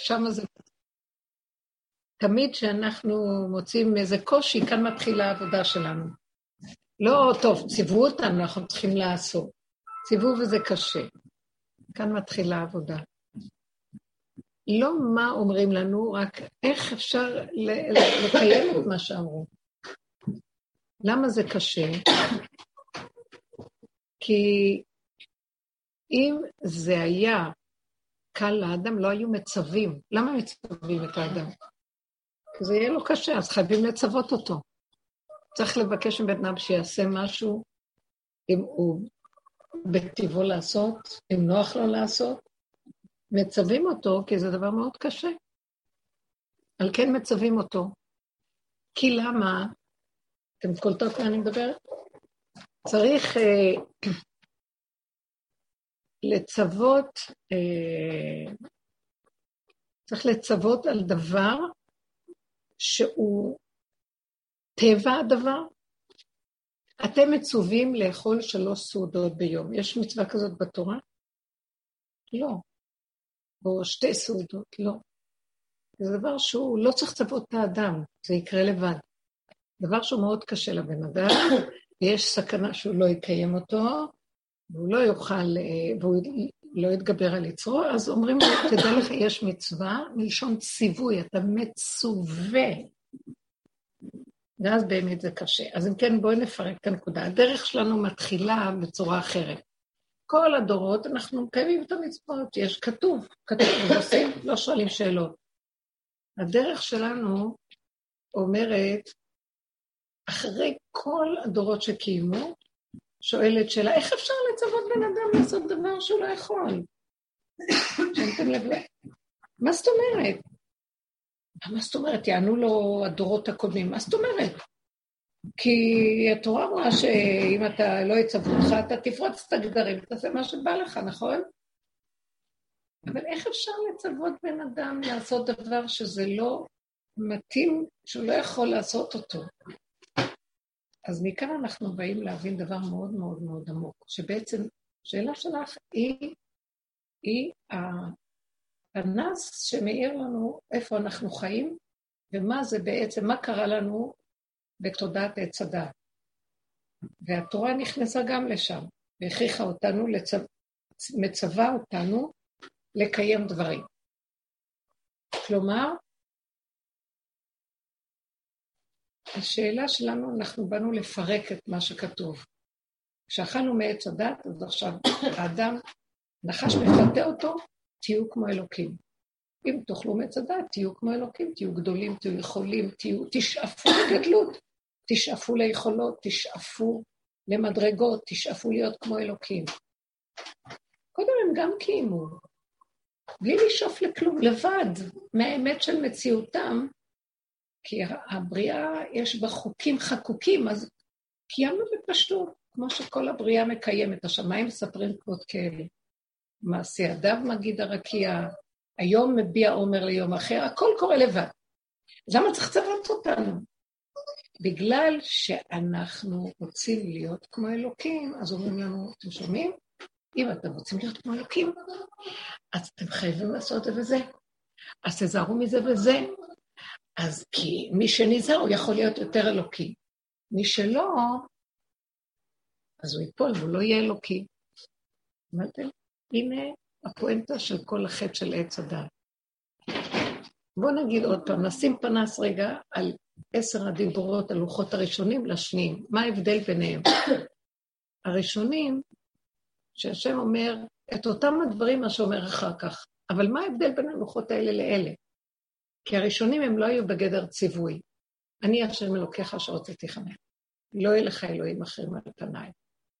שם זה... תמיד שאנחנו מוצאים איזה קושי, כאן מתחילה העבודה שלנו. לא, טוב, ציוו אותנו, אנחנו צריכים לעשות. ציוו וזה קשה. כאן מתחילה העבודה. לא מה אומרים לנו, רק איך אפשר לקיים את מה שאמרו. למה זה קשה? כי אם זה היה קל לאדם, לא היו מצווים. למה מצווים את האדם? כי זה יהיה לו קשה, אז חייבים לצוות אותו. צריך לבקש מבן אדם שיעשה משהו, אם הוא בטבעו לעשות, אם נוח לו לעשות, מצווים אותו, כי זה דבר מאוד קשה. על כן מצווים אותו. כי למה? אתם קולטות מה אני מדברת? צריך לצוות, צריך לצוות על דבר שהוא טבע הדבר. אתם מצווים לאכול 3 סעודות ביום. יש מצווה כזאת בתורה? לא. או 2 סעודות, לא. זה דבר שהוא לא צריך לצוות את האדם, זה יקרה לבד. דבר שהוא מאוד קשה לבן אדם, ויש סכנה שהוא לא יקיים אותו, והוא לא יוכל, והוא לא יתגבר על יצרו, אז אומרים לו, תדע לך, יש מצווה, מלשון ציווי, אתה מצווה. ואז באמת זה קשה. אז אם כן, בואי נפרק את הנקודה. הדרך שלנו מתחילה בצורה אחרת. כל הדורות אנחנו מקיימים את המצוות, יש כתוב, עושים, לא שואלים שאלות. הדרך שלנו אומרת, אחרי כל הדורות שקיימו, שואלת שאלה, איך אפשר לצוות בן אדם לעשות דבר שהוא לא יכול? שמתם לב, מה זאת אומרת? מה זאת אומרת? יענו לו הדורות הקודמים, מה זאת אומרת? כי התורה אמרה שאם אתה לא יצוו אותך, אתה תפרוץ את הגדרים, תעשה מה שבא לך, נכון? אבל איך אפשר לצוות בן אדם לעשות דבר שזה לא מתאים, שהוא לא יכול לעשות אותו? אז מכאן אנחנו באים להבין דבר מאוד מאוד מאוד עמוק, שבעצם שאלה שלך היא הפנס שמאיר לנו איפה אנחנו חיים, ומה זה בעצם, מה קרה לנו בתודעת עץ הדת. והתורה נכנסה גם לשם, והכריחה אותנו, מצווה אותנו לקיים דברים. כלומר, השאלה שלנו, אנחנו באנו לפרק את מה שכתוב. כשאכלנו מעץ הדת, אז עכשיו האדם נחש מפתה אותו, תהיו כמו אלוקים. אם תאכלו מעץ הדת, תהיו כמו אלוקים, תהיו גדולים, תהיו יכולים, תשאפו לגדלות, תשאפו ליכולות, תשאפו למדרגות, תשאפו להיות כמו אלוקים. קודם הם גם קיימו, בלי לשאוף לכלום, לבד, מהאמת של מציאותם, כי הבריאה יש בה חוקים חקוקים, אז קיימנו בפשטות, כמו שכל הבריאה מקיימת. השמיים מספרים כבוד כאלה. מעשי ידיו מגיד הרקיע, היום מביע עומר ליום אחר, הכל קורה לבד. אז למה צריך לצוות אותנו? בגלל שאנחנו רוצים להיות כמו אלוקים, אז אומרים לנו, אתם שומעים? אם אתם רוצים להיות כמו אלוקים, אז אתם חייבים לעשות את זה. אז תזהרו מזה וזה. אז כי מי שנזהר הוא יכול להיות יותר אלוקי. מי שלא, אז הוא ייפול והוא לא יהיה אלוקי. אמרתם? הנה הפואנטה של כל החטא של עץ הדת. בואו נגיד עוד פעם, נשים פנס רגע על 10 הדיברות, הלוחות הראשונים לשניים. מה ההבדל ביניהם? הראשונים, שהשם אומר את אותם הדברים מה שאומר אחר כך. אבל מה ההבדל בין הלוחות האלה לאלה? כי הראשונים הם לא היו בגדר ציווי. אני השם אלוקיך שהוצאתיך מהם. לא יהיה לך אלוהים אחרים על פניי.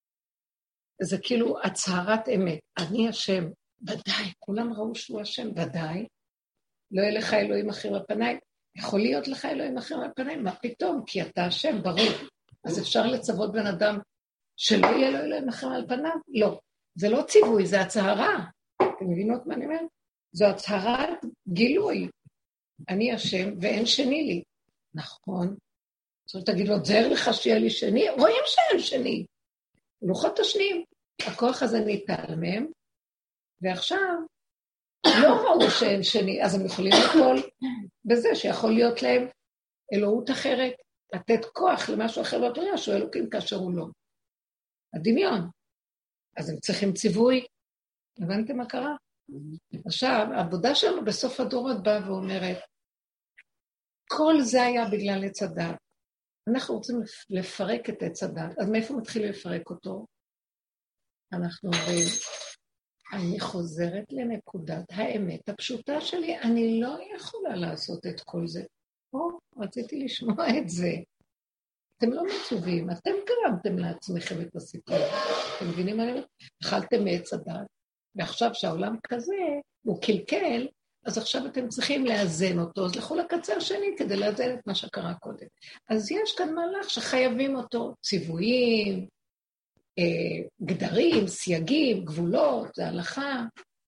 זה כאילו הצהרת אמת. אני השם, ודאי, כולם ראו שהוא השם, ודאי. לא יהיה לך אלוהים אחרים על פניי. יכול להיות לך אלוהים אחרים על פניי, מה פתאום? כי אתה השם, ברור. אז אפשר לצוות בן אדם שלא יהיה לו אלוהים אחרים על פניו? לא. זה לא ציווי, זה הצהרה. אתם מבינות מה אני אומר? זו הצהרת גילוי. אני השם ואין שני לי. נכון. זאת תגיד לו, תזהר לך שיהיה לי שני, רואים שאין שני. לוחות השניים. הכוח הזה ניטל מהם, ועכשיו לא ראו שאין שני, אז הם יכולים לכל בזה שיכול להיות להם אלוהות אחרת, לתת כוח למשהו אחר בבריאה, שהוא אלוקים כאשר הוא לא. הדמיון. אז הם צריכים ציווי. הבנתם מה קרה? עכשיו, העבודה שלנו בסוף הדורות באה ואומרת, כל זה היה בגלל עץ הדת. אנחנו רוצים לפרק את עץ הדת. אז מאיפה מתחילים לפרק אותו? אנחנו אומרים, אני חוזרת לנקודת האמת הפשוטה שלי, אני לא יכולה לעשות את כל זה. רציתי לשמוע את זה. אתם לא מצווים, אתם גרמתם לעצמכם את הסיפור. אתם מבינים מה אני אומרת? אכלתם מעץ הדת, ועכשיו שהעולם כזה, הוא קלקל, אז עכשיו אתם צריכים לאזן אותו, אז לכו לקצה השני כדי לאזן את מה שקרה קודם. אז יש כאן מהלך שחייבים אותו, ציוויים, גדרים, סייגים, גבולות, זה הלכה.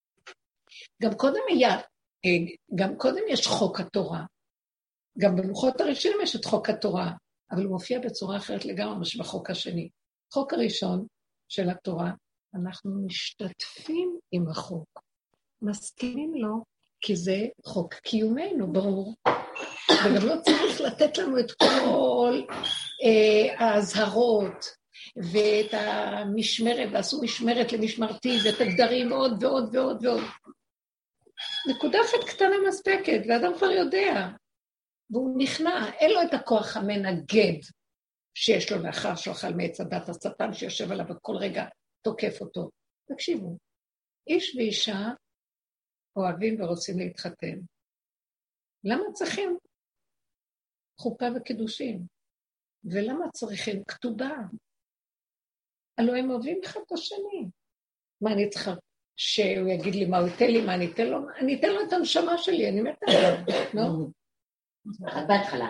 גם קודם יש חוק התורה. גם בלוחות הראשונים יש את חוק התורה, אבל הוא מופיע בצורה אחרת לגמרי מש בחוק השני. חוק הראשון של התורה, אנחנו משתתפים עם החוק, מסכימים לו, כי זה חוק קיומנו, ברור. וגם לא צריך לתת לנו את כל ההזהרות, ואת המשמרת, ועשו משמרת למשמרתי, ואת הגדרים עוד ועוד ועוד ועוד. נקודה אחת קטנה מספקת, ואדם כבר יודע, והוא נכנע, אין לו את הכוח המנגד שיש לו לאחר שהוא אכל מעץ הדת, השטן שיושב עליו וכל רגע תוקף אותו. תקשיבו, איש ואישה אוהבים ורוצים להתחתן. למה צריכים חופה וקידושים? ולמה צריכים כתובה? הלוא הם אוהבים אחד את השני. מה אני צריכה? שהוא יגיד לי מה הוא ייתן לי, מה אני אתן לו? אני אתן לו את הנשמה שלי, אני מתה עליו, לא? בהתחלה.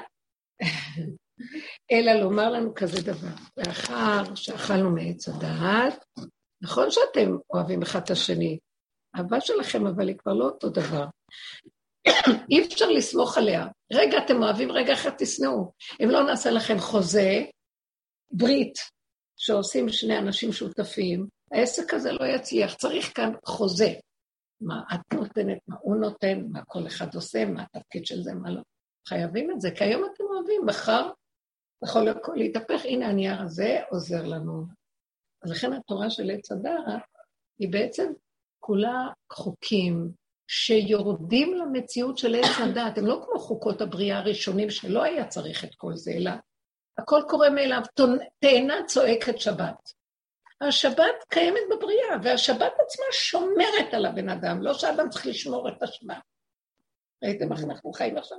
אלא לומר לנו כזה דבר, לאחר שאכלנו מעץ הדעת, נכון שאתם אוהבים אחד את השני, האהבה שלכם אבל היא כבר לא אותו דבר. אי אפשר לסמוך עליה. רגע אתם אוהבים, רגע אחד תשנאו. אם לא נעשה לכם חוזה, ברית, שעושים שני אנשים שותפים, העסק הזה לא יצליח, צריך כאן חוזה. מה את נותנת, מה הוא נותן, מה כל אחד עושה, מה התפקיד של זה, מה לא. חייבים את זה, כי היום אתם אוהבים, מחר יכול להתהפך, הנה הנייר הזה עוזר לנו. אז לכן התורה של עץ הדעת, היא בעצם כולה חוקים שיורדים למציאות של עץ הדעת, הם לא כמו חוקות הבריאה הראשונים שלא היה צריך את כל זה, אלא הכל קורה מאליו, תאנה צועקת שבת. השבת קיימת בבריאה, והשבת עצמה שומרת על הבן אדם, לא שאדם צריך לשמור את השבת. ראיתם איך אנחנו חיים עכשיו?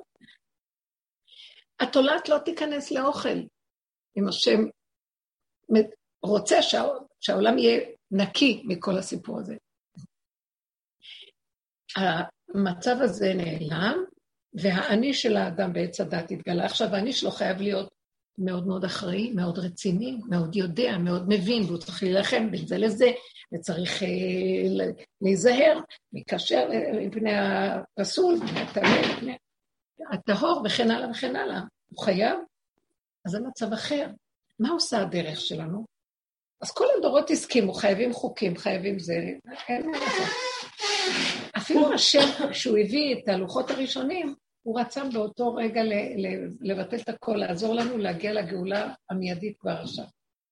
התולעת לא תיכנס לאוכל, אם השם רוצה שהעולם יהיה נקי מכל הסיפור הזה. המצב הזה נעלם, והאני של האדם בעץ הדת התגלה. עכשיו, האני שלו חייב להיות מאוד מאוד אחראי, מאוד רציני, מאוד יודע, מאוד מבין, והוא צריך להילחם בין זה לזה, וצריך להיזהר, מקשר מפני הפסול, מפני הטהור וכן הלאה וכן הלאה. הוא חייב, אז זה מצב אחר. מה עושה הדרך שלנו? אז כל הדורות הסכימו, חייבים חוקים, חייבים זה, אין מה לעשות. אפילו השם, כשהוא הביא את הלוחות הראשונים, הוא רצה באותו רגע לבטל את הכל, לעזור לנו להגיע לגאולה המיידית כבר עכשיו.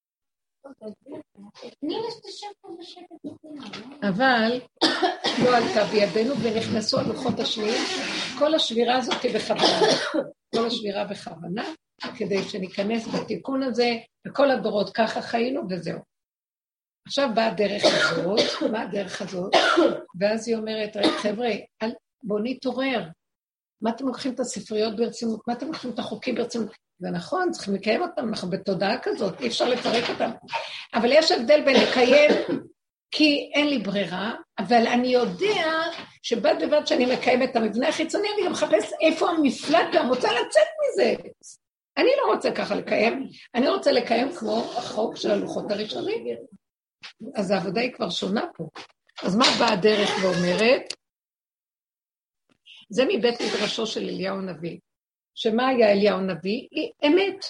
אבל לא עלתה בידינו ונכנסו הלוחות השניים, כל השבירה הזאת היא בכוונה, כל השבירה בכוונה, כדי שניכנס בתיקון הזה, וכל הדורות ככה חיינו וזהו. עכשיו באה הדרך הזאת, מה הדרך הזאת? ואז היא אומרת, חבר'ה, בואו נתעורר, מה אתם לוקחים את הספריות ברצינות? מה אתם לוקחים את החוקים ברצינות? זה נכון, צריכים לקיים אותם, אנחנו בתודעה כזאת, אי אפשר לפרק אותם. אבל יש הבדל בין לקיים, כי אין לי ברירה, אבל אני יודע שבד בבד שאני מקיים את המבנה החיצוני, אני גם מחפש איפה המפלט ואני רוצה לצאת מזה. אני לא רוצה ככה לקיים, אני רוצה לקיים כמו החוק של הלוחות הראשונים. אז העבודה היא כבר שונה פה. אז מה באה הדרך ואומרת? זה מבית מדרשו של אליהו הנביא. שמה היה אליהו הנביא? היא אמת.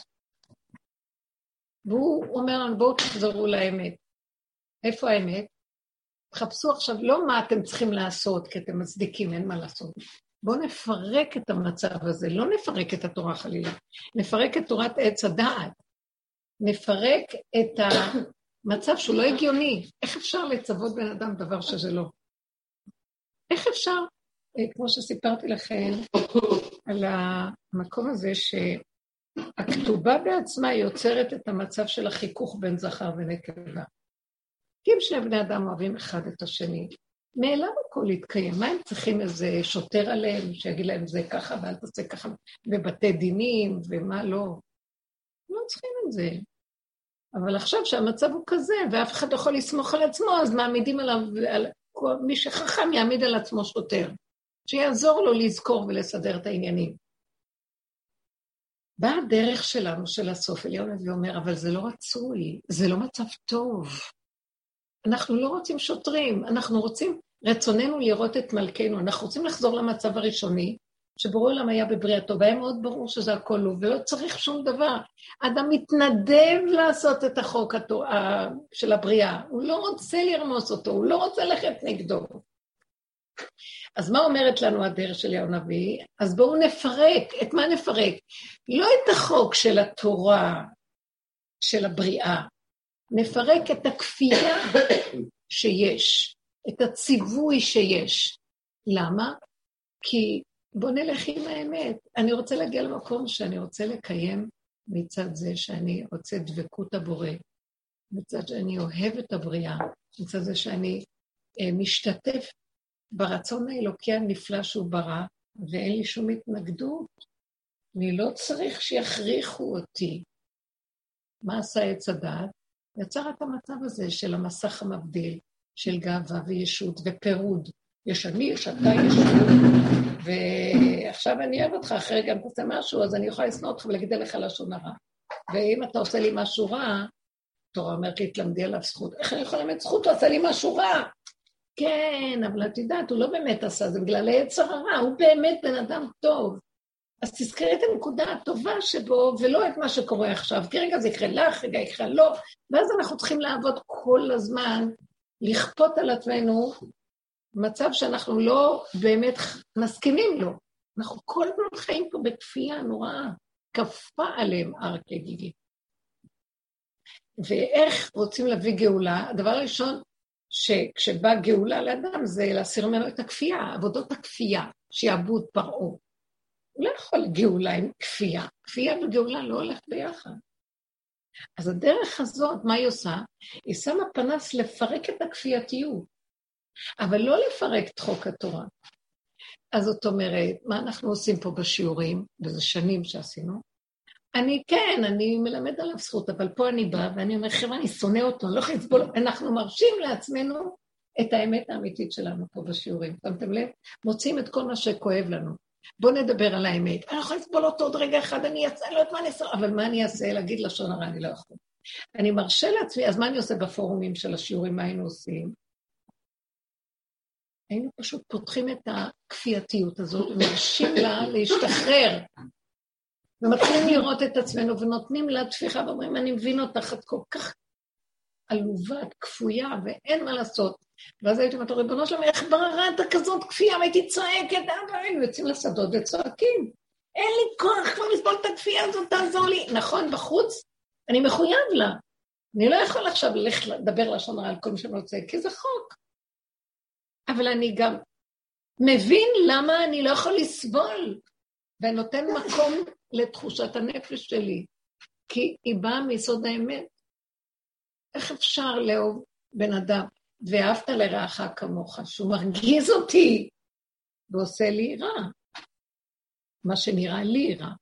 והוא אומר לנו, בואו תחזרו לאמת. איפה האמת? תחפשו עכשיו לא מה אתם צריכים לעשות, כי אתם מצדיקים, אין מה לעשות. בואו נפרק את המצב הזה, לא נפרק את התורה חלילה, נפרק את תורת עץ הדעת, נפרק את המצב שהוא לא הגיוני. איך אפשר לצוות בן אדם דבר שזה לא? איך אפשר, כמו שסיפרתי לכם, על המקום הזה שהכתובה בעצמה יוצרת את המצב של החיכוך בין זכר ונקבה. כי אם שני בני אדם אוהבים אחד את השני, מאליו הכל להתקיים. מה הם צריכים איזה שוטר עליהם, שיגיד להם זה ככה ואל תעשה ככה, ובתי דינים ומה לא? לא צריכים את זה. אבל עכשיו שהמצב הוא כזה, ואף אחד לא יכול לסמוך על עצמו, אז מעמידים עליו, מי שחכם יעמיד על עצמו שוטר, שיעזור לו לזכור ולסדר את העניינים. באה הדרך שלנו, של הסוף, אליהו הנביא אומר, אבל זה לא רצוי, זה לא מצב טוב. אנחנו לא רוצים שוטרים, אנחנו רוצים, רצוננו לראות את מלכנו, אנחנו רוצים לחזור למצב הראשוני, שבורא עולם היה בבריאתו, והיה מאוד ברור שזה הכל לא, ולא צריך שום דבר. אדם מתנדב לעשות את החוק של הבריאה, הוא לא רוצה לרמוס אותו, הוא לא רוצה ללכת נגדו. אז מה אומרת לנו הדרך של אליהו הנביא? אז בואו נפרק, את מה נפרק? לא את החוק של התורה, של הבריאה, נפרק את הכפייה שיש, את הציווי שיש. למה? כי בוא נלך עם האמת. אני רוצה להגיע למקום שאני רוצה לקיים מצד זה שאני רוצה דבקות הבורא, מצד שאני אוהב את הבריאה, מצד זה שאני משתתף ברצון האלוקי הנפלא שהוא ברא, ואין לי שום התנגדות. אני לא צריך שיכריחו אותי. מה עשה עץ הדעת? יצר את המצב הזה של המסך המבדיל, של גאווה וישות ופירוד. יש אני, יש אתה, יש הוא, ועכשיו אני אוהב אותך, אחרי גם תעשה משהו, אז אני יכולה לשנוא אותך ולהגיד עליך לשון הרע. ואם אתה עושה לי משהו רע, תורה אומרת לי, תלמדי עליו זכות. איך אני יכולה ללמד זכות? הוא עשה לי משהו רע. כן, אבל את יודעת, הוא לא באמת עשה, זה בגלל היצר הרע, הוא באמת בן אדם טוב. אז תזכרי את הנקודה הטובה שבו, ולא את מה שקורה עכשיו, כי רגע זה יקרה לך, רגע יקרה לא, ואז אנחנו צריכים לעבוד כל הזמן, לכפות על עצמנו, מצב שאנחנו לא באמת מסכימים לו. אנחנו כל הזמן חיים פה בכפייה נוראה, כפה עליהם הר כגיגי. ואיך רוצים להביא גאולה? הדבר הראשון, שכשבא גאולה לאדם, זה להסיר ממנו את הכפייה, עבודות הכפייה, שיעבוד פרעה. הוא לא יכול גאולה עם כפייה. כפייה וגאולה לא הולך ביחד. אז הדרך הזאת, מה היא עושה? היא שמה פנס לפרק את הכפייתיות, אבל לא לפרק את חוק התורה. אז זאת אומרת, מה אנחנו עושים פה בשיעורים, וזה שנים שעשינו, אני מלמד עליו זכות, אבל פה אני באה ואני אומר, חבר'ה, אני שונא אותו, אני לא יכולה לסבול, אנחנו מרשים לעצמנו את האמת האמיתית שלנו פה בשיעורים. שמתם לב? מוצאים את כל מה שכואב לנו. בואו נדבר על האמת. אני לא יכולה לסבול אותו עוד רגע אחד, אני אעשה, לא יודעת מה אני אעשה, אבל מה אני אעשה? להגיד לשון הרע, אני לא יכול. אני מרשה לעצמי, אז מה אני עושה בפורומים של השיעורים, מה היינו עושים? היינו פשוט פותחים את הכפייתיות הזאת, ומרשים לה להשתחרר, ומתחילים לראות את עצמנו, ונותנים לה תפיחה, ואומרים, אני מבין אותך, את כל כך עלובה, את כפויה, ואין מה לעשות. ואז הייתי אומרת, ריבונו שלום, איך בררת כזאת כפייה, והייתי צועקת, היינו יוצאים לשדות וצועקים. אין לי כוח כבר לסבול את הכפייה הזאת, תעזור לי. נכון, בחוץ, אני מחויב לה. אני לא יכול עכשיו לדבר לשון הרע על כל מי שאני רוצה, כי זה חוק. אבל אני גם מבין למה אני לא יכול לסבול, ונותן מקום לתחושת הנפש שלי, כי היא באה מיסוד האמת. איך אפשר לאהוב בן אדם, ואהבת לרעך כמוך, שהוא מרגיז אותי, ועושה לי רע, מה שנראה לי רע.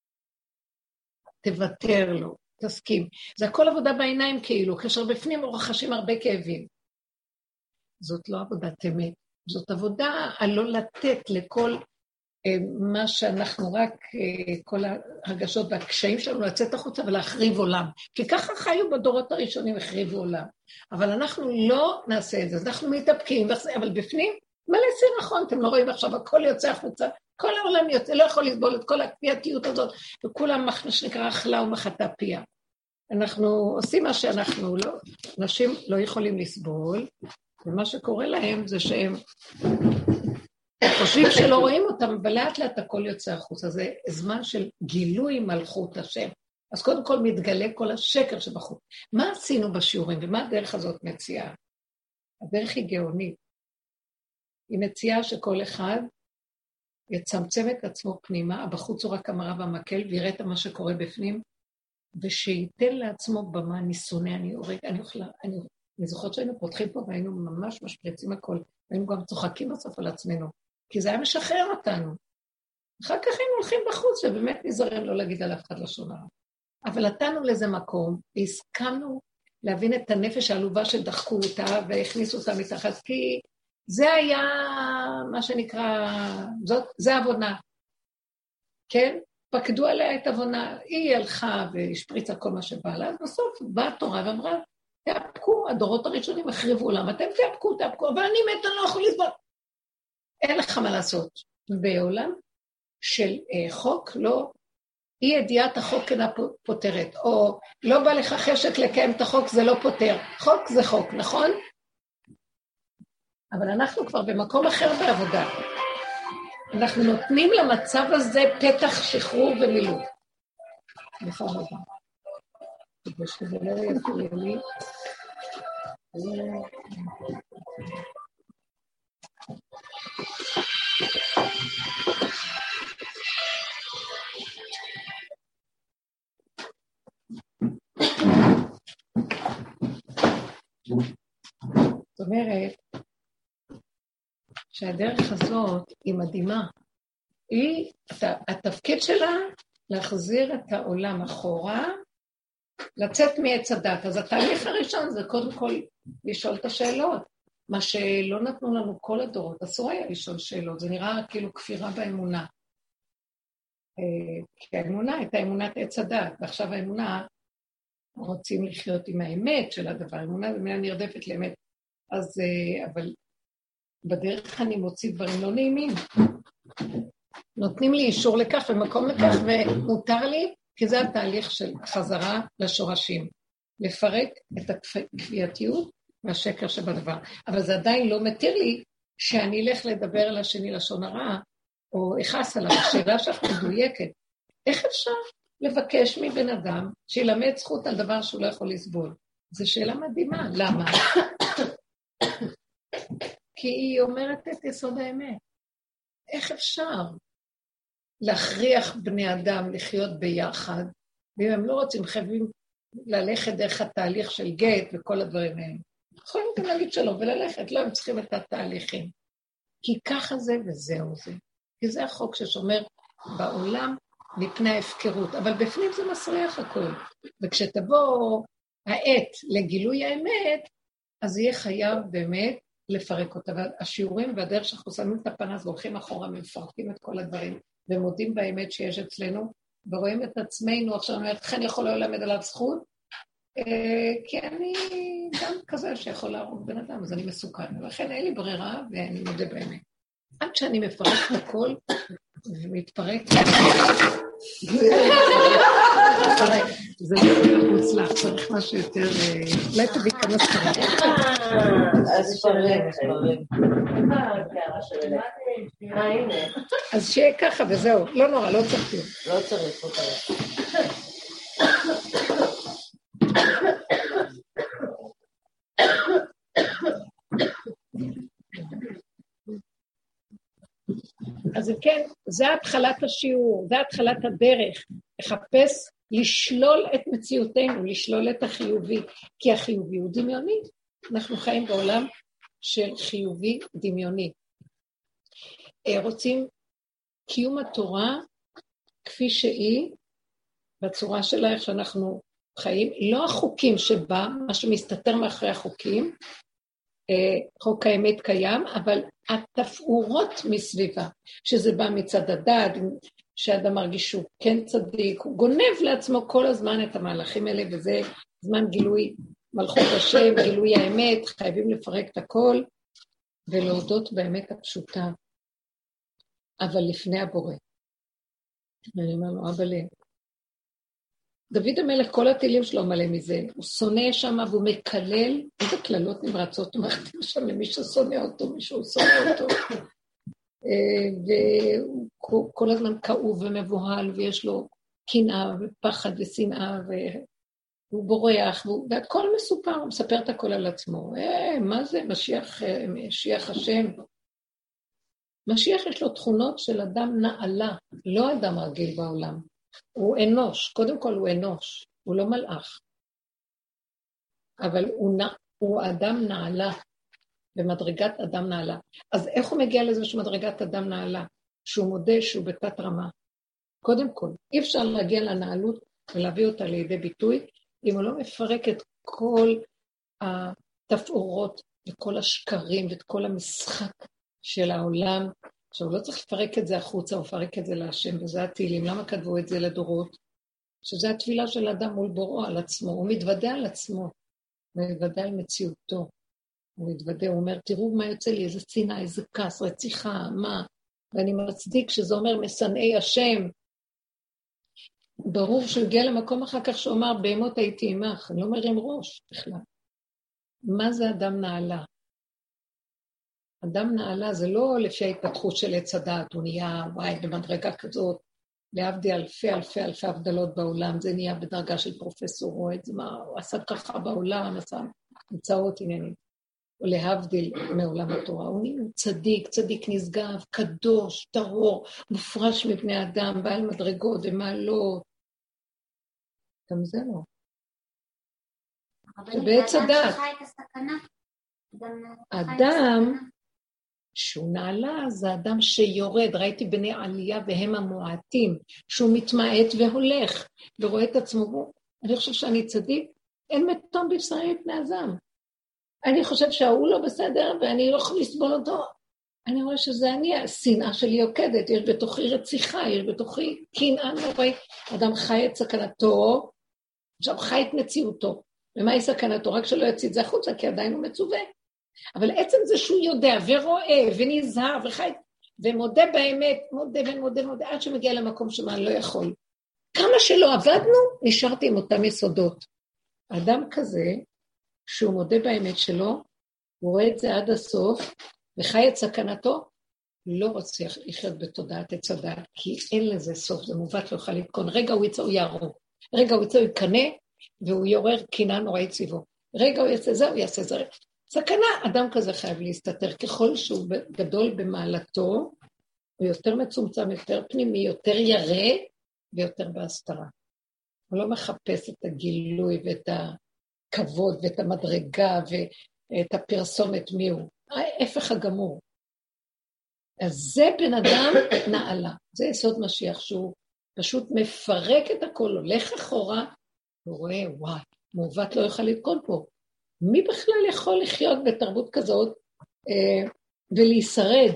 תוותר לו, תסכים. זה הכל עבודה בעיניים כאילו, כאשר בפנים מורחשים הרבה כאבים. זאת לא עבודת אמת, זאת עבודה על לא לתת לכל מה שאנחנו רק, כל הרגשות והקשיים שלנו לצאת החוצה ולהחריב עולם. כי ככה חיו בדורות הראשונים, החריבו עולם. אבל אנחנו לא נעשה את זה, אנחנו מתאפקים, אבל בפנים, מלא סירחון, אתם לא רואים עכשיו, הכל יוצא החוצה, כל העולם יוצא, לא יכול לסבול את כל הכפייתיות הזאת, וכולם מה שנקרא אכלה ומחתה פיה. אנחנו עושים מה שאנחנו לא, אנשים לא יכולים לסבול, ומה שקורה להם זה שהם חושבים שלא רואים אותם, אבל לאט לאט הכל יוצא החוצה. זה זמן של גילוי מלכות השם. אז קודם כל מתגלה כל השקר שבחוץ. מה עשינו בשיעורים ומה הדרך הזאת מציעה? הדרך היא גאונית. היא מציעה שכל אחד יצמצם את עצמו פנימה, בחוץ הוא רק המראה והמקל, ויראה את מה שקורה בפנים, ושייתן לעצמו במה ניסוני, אני זוכרת שהיינו פותחים פה והיינו ממש משפריצים הכל, והיינו גם צוחקים בסוף על עצמנו, כי זה היה משחרר אותנו. אחר כך היינו הולכים בחוץ, ובאמת נזרם לא להגיד על אף אחד לשון הרע. אבל נתנו לזה מקום, והסכמנו להבין את הנפש העלובה שדחקו אותה, והכניסו אותה מתחת, כי זה היה מה שנקרא, זה עוונה. כן? פקדו עליה את עוונה, היא הלכה והשפריצה כל מה שבא לה, אז בסוף באה התורה ואמרה, תאפקו, הדורות הראשונים החריבו עולם, אתם תאפקו, אבל אני מת, אני לא יכול לסבול. אין לך מה לעשות. בעולם של חוק, לא, אי ידיעת החוק אינה פותרת, או לא בא לך חשק לקיים את החוק, זה לא פותר. חוק זה חוק, נכון? אבל אנחנו כבר במקום אחר בעבודה. אנחנו נותנים למצב הזה פתח שחרור ומילוי. נכון רבה. כדי שזה לא יפריע לי. זאת אומרת, שהדרך הזאת היא מדהימה. התפקיד שלה להחזיר את העולם אחורה, לצאת מעץ הדת. אז התהליך הראשון זה קודם כל לשאול את השאלות. מה שלא נתנו לנו כל הדורות, אסור היה לשאול שאלות, זה נראה כאילו כפירה באמונה. כי האמונה הייתה אמונת עץ הדת, ועכשיו האמונה רוצים לחיות עם האמת של הדבר. האמונה זה מילה נרדפת לאמת. אז, אבל בדרך אני מוציא דברים לא נעימים. נותנים לי אישור לכך ומקום לכך, ומותר לי, כי זה התהליך של חזרה לשורשים. לפרק את הכפייתיות והשקר שבדבר. אבל זה עדיין לא מתיר לי שאני אלך לדבר על השני לשון הרע, או אחס עליו. השאלה שלך מדויקת. איך אפשר לבקש מבן אדם שילמד זכות על דבר שהוא לא יכול לסבול? זו שאלה מדהימה. למה? כי היא אומרת את יסוד האמת. איך אפשר להכריח בני אדם לחיות ביחד, ואם הם לא רוצים, חייבים ללכת דרך התהליך של גט וכל הדברים האלה. יכולים גם להגיד שלום וללכת, לא הם צריכים את התהליכים. כי ככה זה וזהו זה. כי זה החוק ששומר בעולם מפני ההפקרות, אבל בפנים זה מסריח הכל. וכשתבוא העת לגילוי האמת, אז יהיה חייב באמת לפרק אותה. והשיעורים והדרך שאנחנו שמים את הפנס והולכים אחורה ומפרקים את כל הדברים, ומודים באמת שיש אצלנו, ורואים את עצמנו, עכשיו אני אומרת, לכן יכול ללמד עליו זכות, כי אני גם כזה שיכול להרוג בן אדם, אז אני מסוכן, ולכן אין לי ברירה, ואני מודה באמת. עד שאני מפרק את הכל, ומתפרק, זה לא מוצלח, צריך משהו יותר, אולי תביא כמה ספרים. אז שיהיה ככה וזהו, לא נורא, לא צריך תהיה. לא צריך, לא צריך. אז כן, זה התחלת השיעור, זה התחלת הדרך, לחפש, לשלול את מציאותנו, לשלול את החיובי, כי החיובי הוא דמיוני. אנחנו חיים בעולם של חיובי דמיוני. רוצים קיום התורה כפי שהיא, בצורה שלה, איך שאנחנו חיים, לא החוקים שבה, מה שמסתתר מאחורי החוקים, חוק האמת קיים, אבל התפאורות מסביבה, שזה בא מצד הדעת, שאדם מרגיש שהוא כן צדיק, הוא גונב לעצמו כל הזמן את המהלכים האלה, וזה זמן גילוי מלכות השם, גילוי האמת, חייבים לפרק את הכל, ולהודות באמת הפשוטה, אבל לפני הבורא. אני אומר לו, אבא לי, דוד המלך, כל הטילים שלו מלא מזה, הוא שונא שם והוא מקלל, איזה כללות נמרצות הוא מכתיב שם למי ששונא אותו, מישהו שונא אותו. והוא כל הזמן כאוב ומבוהל, ויש לו קנאה ופחד ושנאה, והוא בורח, והכל מסופר, הוא מספר את הכל על עצמו. מה זה? משיח השם. משיח יש לו תכונות של אדם נעלה, לא אדם רגיל בעולם. הוא אנוש, קודם כל הוא אנוש, הוא לא מלאך. אבל הוא אדם נעלה, במדרגת אדם נעלה. אז איך הוא מגיע לזה שמדרגת אדם נעלה? שהוא מודה שהוא בתת רמה. קודם כל, אי אפשר להגיע לנעלות ולהביא אותה לידי ביטוי, אם הוא לא מפרק את כל התפאורות וכל השקרים ואת כל המשחק של העולם, עכשיו, הוא לא צריך לפרק את זה החוצה, הוא מפרק את זה להשם, וזה התהילים. למה כתבו את זה לדורות? שזה התפילה של האדם מול בוראו על עצמו. הוא מתוודע על עצמו, הוא מתוודע על מציאותו. הוא מתוודע, הוא אומר, תראו מה יוצא לי, איזה צנעה, איזה כעס, רציחה, מה? ואני מצדיק שזה אומר משנאי השם. ברור שהוא הגיע למקום אחר כך שהוא אמר, בהמות הייתי עמך, אני לא מרים ראש בכלל. מה זה אדם נעלה? אדם נעלה זה לא לפי ההתפתחות של עץ הדעת, הוא נהיה במדרגה כזאת, להבדיל אלפי הבדלות בעולם, זה נהיה בדרגה של פרופסור, הוא עשה ככה בעולם, עשה מצאות עניינים, או להבדיל מעולם התורה, הוא נהיה צדיק נשגב, קדוש, טהור, מופרש מבני אדם, בעל מדרגות ומעלות, גם זה לא. שבעץ הדעת, אדם, שהוא נעלה, זה אדם שיורד, ראיתי בני עלייה והם המועטים, שהוא מתמעט והולך, ורואה את עצמו, אני חושב שאני צדיק, אין מתום בבשרי מפני הזעם. אני חושב שההוא לא בסדר, ואני לא יכול לסבול אותו. אני רואה שזה אני, השנאה שלי יוקדת, יש בתוכי רציחה, יש בתוכי קנאה נוראית. אדם חי את סכנתו, עכשיו חי את מציאותו. ומהי סכנתו? רק שלא יציא את זה החוצה, כי עדיין הוא מצווה. אבל עצם זה שהוא יודע ורואה ונזהר וחי ומודה באמת, מודה, עד שמגיע למקום שמה לא יכול. כמה שלא עבדנו, נשארתי עם אותם יסודות. אדם כזה, שהוא מודה באמת שלו, הוא רואה את זה עד הסוף, וחי את סכנתו, לא רוצה לחיות בתודעת עץ הדעת, כי אין לזה סוף, זה מובט לא יוכל לתקון. רגע הוא יצא, הוא יערור. רגע הוא יצא, הוא יקנה, והוא יורר קנאה נוראית סביבו. רגע הוא יעשה זה, הוא יעשה זה. סכנה, אדם כזה חייב להסתתר, ככל שהוא גדול במעלתו, הוא יותר מצומצם, יותר פנימי, יותר ירא, ויותר בהסתרה. הוא לא מחפש את הגילוי ואת הכבוד ואת המדרגה ואת הפרסומת מי הוא. ההפך הגמור. אז זה בן אדם נעלה. זה יסוד משיח שהוא פשוט מפרק את הכל, הולך אחורה, הוא רואה, וואי, מעוות לא יוכל לתקון פה. מי בכלל יכול לחיות בתרבות כזאת ולהישרד?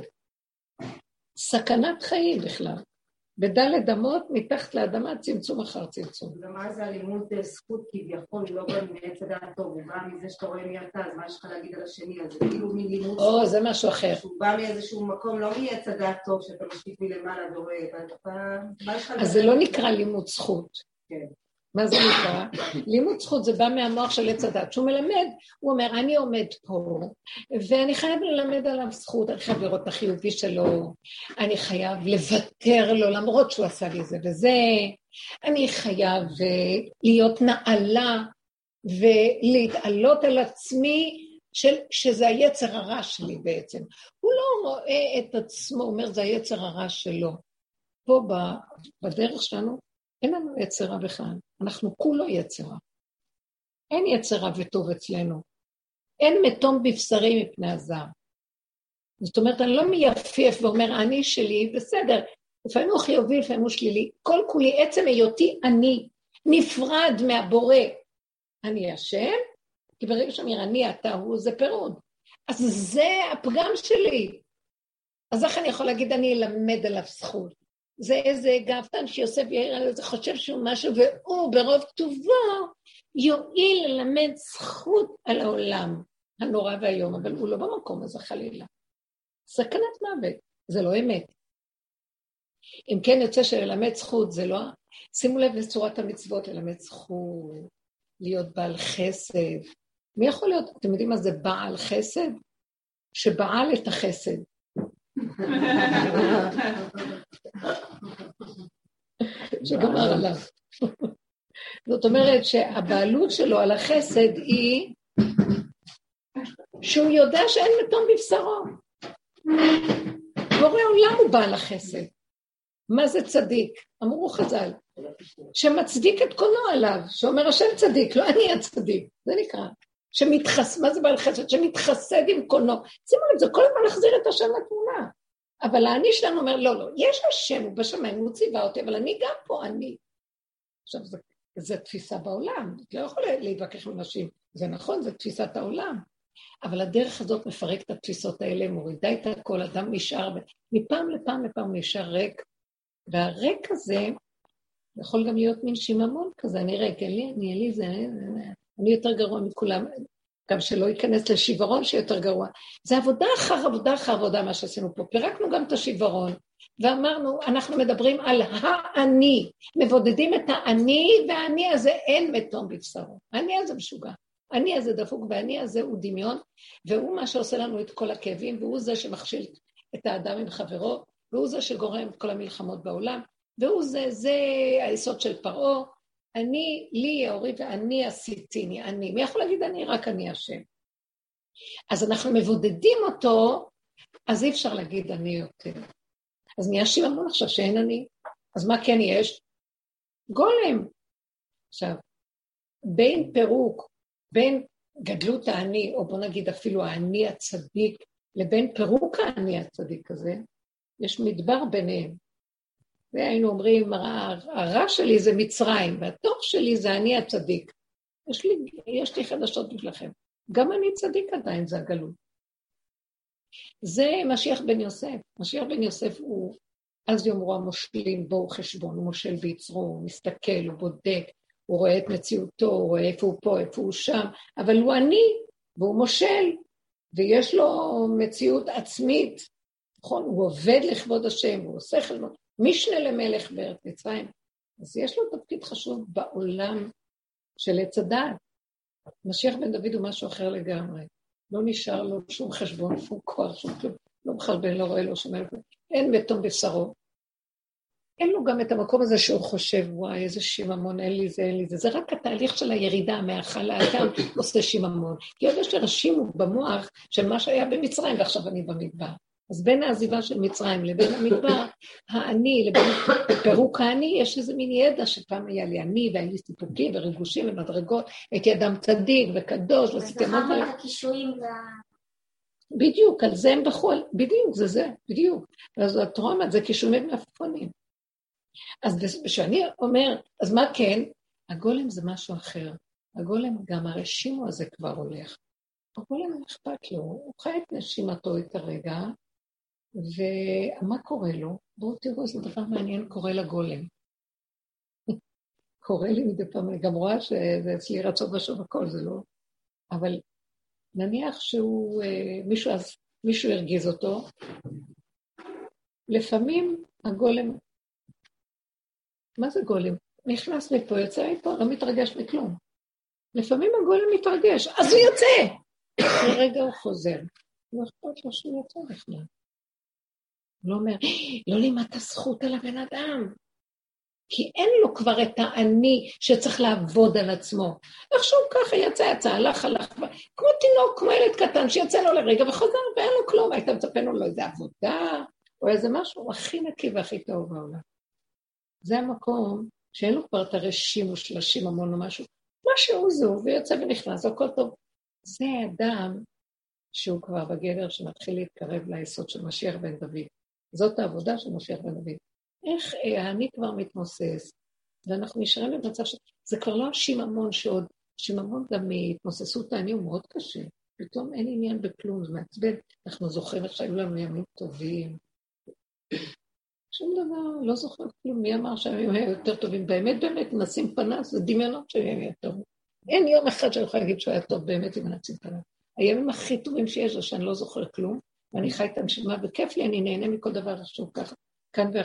סכנת חיים בכלל. בדלת אמות, מתחת לאדמה, צמצום אחר צמצום. ומה זה הלימוד זכות כביכול, לא בא מעץ הדעת טוב, הוא בא מזה שאתה רואה מי אתה, אז מה יש לך להגיד על השני, אז זה כאילו מלימוד זכות. זה משהו אחר. שהוא בא מאיזשהו מקום, לא מעץ הדעת טוב, שאתה משקיף מלמעלה ורואה, מה יש לך אז זה לא נקרא לימוד זכות. כן. מה זה נקרא? לימוד זכות זה בא מהמוח של עץ הדת, שהוא מלמד, הוא אומר, אני עומד פה, ואני חייב ללמד עליו זכות, אני חייב לראות את החיובי שלו, אני חייב לוותר לו, למרות שהוא עשה לי זה וזה, אני חייב להיות נעלה, ולהתעלות על עצמי, שזה היצר הרע שלי בעצם. הוא לא רואה את עצמו, הוא אומר, זה היצר הרע שלו. פה בדרך שלנו, אין לנו יצרה בכלל, אנחנו כולו יצרה. אין יצרה וטוב אצלנו. אין מתום בבשרי מפני הזעם. זאת אומרת, אני לא מייפייף ואומר, אני שלי, בסדר, לפעמים הוא חיובי, לפעמים הוא שלילי. כל כולי עצם היותי אני, נפרד מהבורא. אני השם, כי ברגע שאומר, אני, אתה, הוא, זה פירוד. אז זה הפגם שלי. אז איך אני יכול להגיד, אני אלמד עליו זכות? זה איזה גאוותן שיוסף יאיר על זה, חושב שהוא משהו, והוא ברוב טובו יועיל ללמד זכות על העולם הנורא והיום, אבל הוא לא במקום הזה חלילה. סכנת מוות, זה לא אמת. אם כן יוצא שללמד זכות, זה לא... שימו לב לצורת המצוות, ללמד זכות, להיות בעל חסד. מי יכול להיות? אתם יודעים מה זה בעל חסד? שבעל את החסד. שגמר עליו. זאת אומרת שהבעלות שלו על החסד היא שהוא יודע שאין מתום בבשרו. בורא עולם הוא בעל החסד. מה זה צדיק? אמרו חז"ל, שמצדיק את קונו עליו, שאומר השם צדיק, לא אני הצדיק, זה נקרא. מה זה בעל חסד? שמתחסד עם קונו. שימו לב, זה כל הזמן להחזיר את השם לתמונה. אבל האני שלנו אומר, לא, יש השם, הוא בשמיים, הוא ציווה אותי, אבל אני גם פה, אני. עכשיו, זו תפיסה בעולם, את לא יכולה להתווכח עם אנשים, זה נכון, זו תפיסת העולם. אבל הדרך הזאת מפרקת את התפיסות האלה, מורידה את הכל, אדם נשאר, מפעם לפעם נשאר ריק, והריק הזה יכול גם להיות מין שיממון כזה, אני ריק, אני יותר גרוע מכולם, גם שלא ייכנס לשיוורון שיותר גרוע. זה עבודה אחר עבודה מה שעשינו פה, פירקנו גם את השיוורון, ואמרנו, אנחנו מדברים על האני, מבודדים את האני, והאני הזה אין מתום בבשרו, האני הזה משוגע. אני הזה דפוק, ואני הזה הוא דמיון, והוא מה שעושה לנו את כל הכאבים, והוא זה שמכשיל את האדם עם חברו, והוא זה שגורם את כל המלחמות בעולם, והוא זה היסוד של פרעה, אני, לי יאורי ואני עשיתיני, אני. מי יכול להגיד אני? רק אני השם. אז אנחנו מבודדים אותו, אז אי אפשר להגיד אני יותר. אז נהיה שיממון עכשיו שאין אני. אז מה כן יש? גולם. עכשיו, בין פירוק, בין גדלות העני, או בוא נגיד אפילו העני הצדיק, לבין פירוק העני הצדיק הזה, יש מדבר ביניהם. והיינו אומרים, הרע שלי זה מצרים, והטוב שלי זה אני הצדיק. יש לי חדשות בשבילכם. גם אני צדיק עדיין, זה הגלות. זה משיח בן יוסף. משיח בן יוסף הוא, אז יאמרו המושלים, בואו חשבון, הוא מושל ביצרו, הוא מסתכל, הוא בודק, הוא רואה את מציאותו, הוא רואה איפה הוא פה, איפה הוא שם, אבל הוא עני, והוא מושל, ויש לו מציאות עצמית, נכון? הוא עובד לכבוד השם, הוא עושה חלמות, משנה למלך בארץ מצרים, אז יש לו תפקיד חשוב בעולם של עץ הדעת. משיח בן דוד הוא משהו אחר לגמרי, לא נשאר לו שום חשבון, שום כוח, שום כלום, לא מחרבן, לא רואה לו שום אלף, אין מתום בשרו. אין לו גם את המקום הזה שהוא חושב, וואי, איזה שיממון, אין לי זה, זה רק התהליך של הירידה מהאכל לאדם עושה שיממון. כי עוד יש לרשימו במוח של מה שהיה במצרים, ועכשיו אני במדבר. אז בין העזיבה של מצרים לבין המדבר, העני, לבין פירוק העני, יש איזה מין ידע שפעם היה לי עני, והיה לי סיפוקים וריגושים ומדרגות, הייתי אדם צדיק וקדוש, ועשיתי המון דברים. אז זכרנו את הכישורים בדיוק, על זה הם בחול, בדיוק, זה, בדיוק. אז התרומת זה כישורים מלפפונים. אז כשאני אומר, אז מה כן? הגולם זה משהו אחר. הגולם, גם הרשימו הזה כבר הולך. הגולם אכפת לו, הוא חי את נשימתו את הרגע, ומה קורה לו? בואו תראו, זה דבר מעניין קורה לגולם. קורה לי מדי פעם, אני גם רואה שזה אצלי רצות ושוב הכל, זה לא... אבל נניח שהוא, מישהו הרגיז אותו, לפעמים הגולם, מה זה גולם? נכנס מפה, יוצא מפה, לא מתרגש מכלום. לפעמים הגולם מתרגש, אז הוא יוצא! לרגע הוא חוזר. הוא אכפת לו שהוא יוצא בכלל. הוא לא אומר, לא לימדת זכות על הבן אדם. כי אין לו כבר את העני שצריך לעבוד על עצמו. איכשהו ככה יצא, הלך. כמו תינוק, כמו ילד קטן שיצא לו לרגע וחוזר ואין לו כלום. היית מצפנו לו איזה עבודה או איזה משהו הכי נקי והכי טוב בעולם. זה המקום שאין לו כבר את הרשימו של השיממון או משהו. משהו זו ויוצא ונכנס, הכל טוב. זה אדם שהוא כבר בגדר שמתחיל להתקרב ליסוד של משיח בן דוד. זאת העבודה של משיח בן דוד. איך אני כבר מתמוסס, ואנחנו נשארים במצב זה כבר לא השיממון שעוד, שיממון גם מהתמוססות העני הוא מאוד קשה. פתאום אין עניין בכלום, זה מעצבן. אנחנו זוכרים איך שהיו לנו ימים טובים. שום דבר, לא זוכר כלום. מי אמר שהימים היו יותר טובים? באמת, נשים פנס, זה דמיונות שהימים היו טובים. אין יום אחד שאני יכולה להגיד שהוא היה טוב באמת עם נשים פנס. הימים הכי טובים שיש זה שאני לא זוכר כלום, ואני חי את הנשימה, וכיף לי, אני נהנה מכל דבר שהוא ככה, כאן ועכשיו.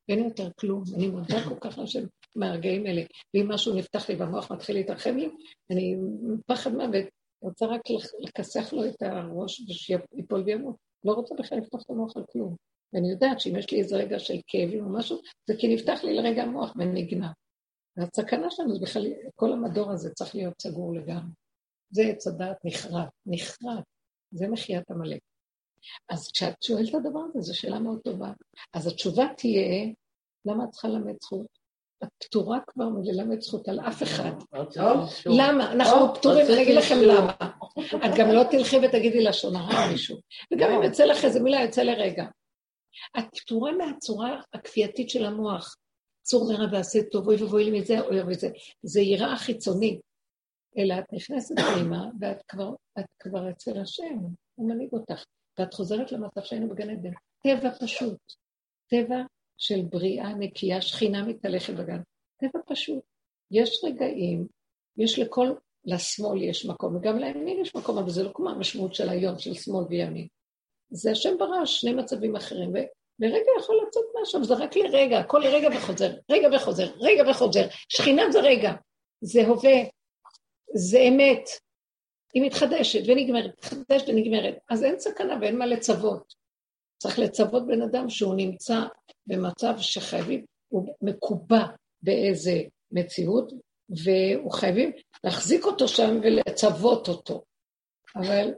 אין יותר כלום, אני מודה כל כך לשם מהרגעים האלה, ואם משהו נפתח לי במוח מתחיל להתרחב לי, אני פחד מוות, רוצה רק לכסח לו את הראש ושיפול וימות, לא רוצה בכלל לפתוח את המוח על כלום, ואני יודעת שאם יש לי איזה רגע של כאבים או משהו, זה כי נפתח לי לרגע המוח ונגנב. והסכנה שלנו זה בכלל, כל המדור הזה צריך להיות סגור לגמרי. זה עץ הדעת נחרט, זה מחיית עמלק. אז כשאת שואלת את הדבר הזה, זו שאלה מאוד טובה. אז התשובה תהיה, למה את צריכה ללמד זכות? את פתורה כבר מללמד זכות על אף אחד. למה? אנחנו פתורים, אני אגיד לכם למה. את גם לא תלכי ותגידי לשון הרע מישהו. וגם אם יצא לך איזה מילה, יצא לרגע. את פתורה מהצורה הכפייתית של המוח. צור מרע ועשה טוב, אוי ובואי לי מזה, אוי וזה. זה יראה חיצוני. אלא את נכנסת פנימה, ואת כבר אצל השם, הוא מנהיג אותך. ואת חוזרת למצב שהיינו בגן עדן. טבע פשוט. טבע של בריאה נקייה, שכינה מתהלכת בגן. טבע פשוט. יש רגעים, יש לשמאל יש מקום, וגם לימין יש מקום, אבל זה לא כמו המשמעות של היום, של שמאל וימין. זה השם ברא שני מצבים אחרים, ולרגע יכול לצאת משהו, זה רק לרגע, הכל לרגע וחוזר, רגע וחוזר, רגע וחוזר. שכינה זה רגע, זה הווה, זה אמת. היא מתחדשת ונגמרת, מתחדשת ונגמרת. אז אין סכנה ואין מה לצוות. צריך לצוות בן אדם שהוא נמצא במצב שחייבים, הוא מקובע באיזה מציאות, והוא חייבים להחזיק אותו שם ולצוות אותו. אבל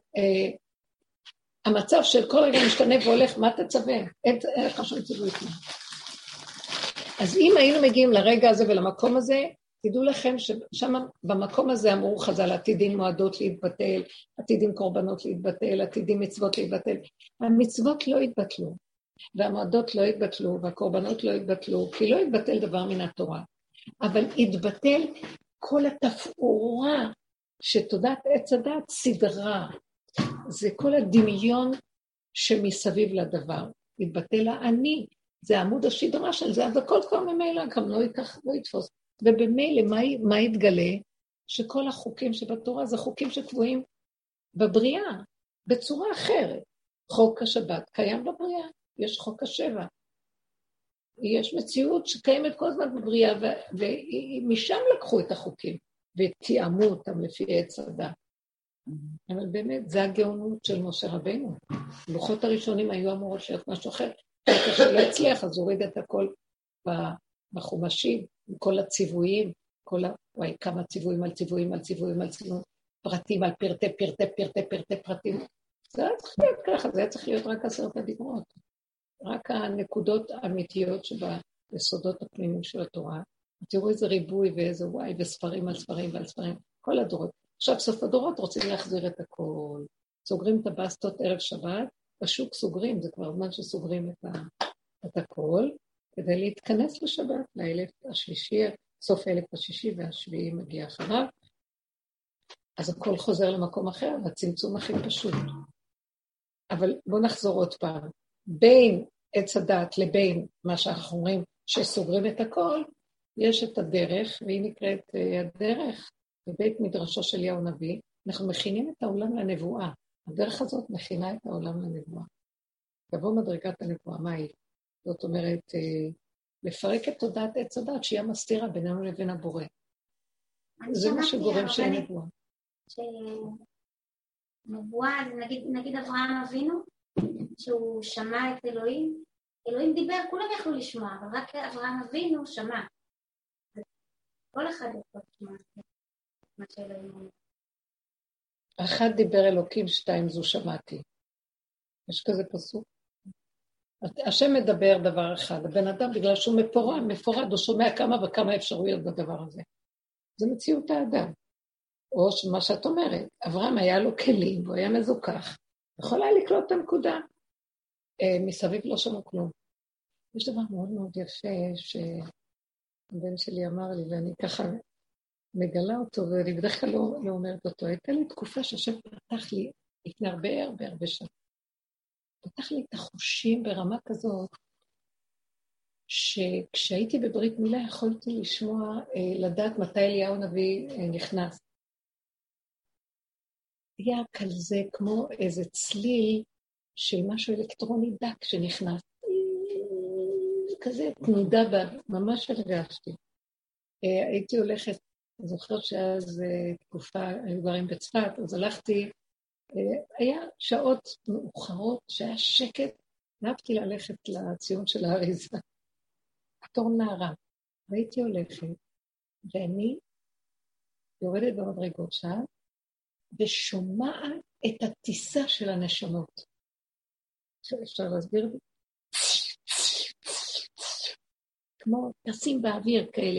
המצב של כל רגע משתנה והולך, מה תצווה? אין לך שום ציווי כלום. אז אם היינו מגיעים לרגע הזה ולמקום הזה, תדעו לכם ששם במקום הזה אמרו חז"ל, עתידים מועדות להתבטל, עתידים קורבנות להתבטל, עתידים מצוות להתבטל. המצוות לא התבטלו, והמועדות לא התבטלו, והקורבנות לא התבטלו, כי לא התבטל דבר מן התורה. אבל התבטל כל התפאורה שתודעת עץ הדת סדרה. זה כל הדמיון שמסביב לדבר. התבטל העני, זה עמוד השדרה של זה, אז הכל כבר ממילא, גם לא יתפוס. ובמילא מה יתגלה? שכל החוקים שבתורה זה חוקים שקבועים בבריאה, בצורה אחרת. חוק השבת קיים בבריאה, יש חוק השבע. יש מציאות שקיימת כל הזמן בבריאה, ומשם לקחו את החוקים, ותיאמו אותם לפי עץ הדת. אבל באמת, זה הגאונות של משה רבינו. לוחות הראשונים היו אמורות להיות משהו אחר, כך שלא הצליח, אז הוריד את הכל בחומשים, כל הציוויים, כמה ציוויים על ציוויים על ציוויים על ציוויים, פרטים על פרטי פרטים. זה היה צריך להיות ככה, זה היה צריך להיות רק 10 הדיברות. רק הנקודות האמיתיות שביסודות הפנימיים של התורה. תראו איזה ריבוי ואיזה וואי, וספרים על ספרים ועל ספרים, כל הדורות. עכשיו סוף הדורות רוצים להחזיר את הכל. סוגרים את הבסטות ערב שבת, בשוק סוגרים, זה כבר זמן שסוגרים את הכל, כדי להתכנס לשבת, לאלף השלישי, סוף האלף השישי והשביעי מגיע אחריו, אז הכל חוזר למקום אחר, והצמצום הכי פשוט. אבל בואו נחזור עוד פעם. בין עץ הדת לבין מה שאנחנו אומרים שסוגרים את הכל, יש את הדרך, והיא נקראת הדרך, בבית מדרשו של אליהו הנביא, אנחנו מכינים את העולם לנבואה. הדרך הזאת מכינה את העולם לנבואה. תבוא מדרגת הנבואה, מה היא? זאת אומרת, לפרק את תודעת עץ הדת, שהיא המסתירה בינינו לבין הבורא. זה מה שגורם של נבואה. נבואה, נגיד אברהם אבינו, שהוא שמע את אלוהים, אלוהים דיבר, כולם יכלו לשמוע, אבל רק אברהם אבינו שמע. כל אחד יכול לשמוע מה שאלוהים אומר. אחד דיבר אלוקים, 2 זו שמעתי. יש כזה פסוק. השם מדבר דבר אחד, הבן אדם בגלל שהוא מפורד, הוא שומע כמה וכמה אפשרויות בדבר הזה. זה מציאות האדם. או מה שאת אומרת, אברהם היה לו כלים, והוא היה מזוכח, יכול היה לקלוט את הנקודה. מסביב לא שמעו כלום. יש דבר מאוד מאוד יפה שהבן שלי אמר לי, ואני ככה מגלה אותו, ואני בדרך כלל לא אומרת אותו. הייתה לי תקופה שהשם פתח לי לפני הרבה שנים. פתח לי את החושים ברמה כזאת, שכשהייתי בברית מילה יכולתי לשמוע, לדעת מתי אליהו הנביא נכנס. היה כזה כמו איזה צליל של משהו אלקטרוני דק שנכנס. כזה תנודה, ממש הרגשתי. הייתי הולכת, אני זוכרת שאז תקופה, היו גרים בצפת, אז הלכתי, היה שעות מאוחרות, שהיה שקט, אהבתי ללכת לציון של האריזה, בתור נערה, והייתי הולכת, ואני יורדת במדרגות שם, ושומעת את הטיסה של הנשמות. אפשר להסביר? כמו טסים באוויר כאלה.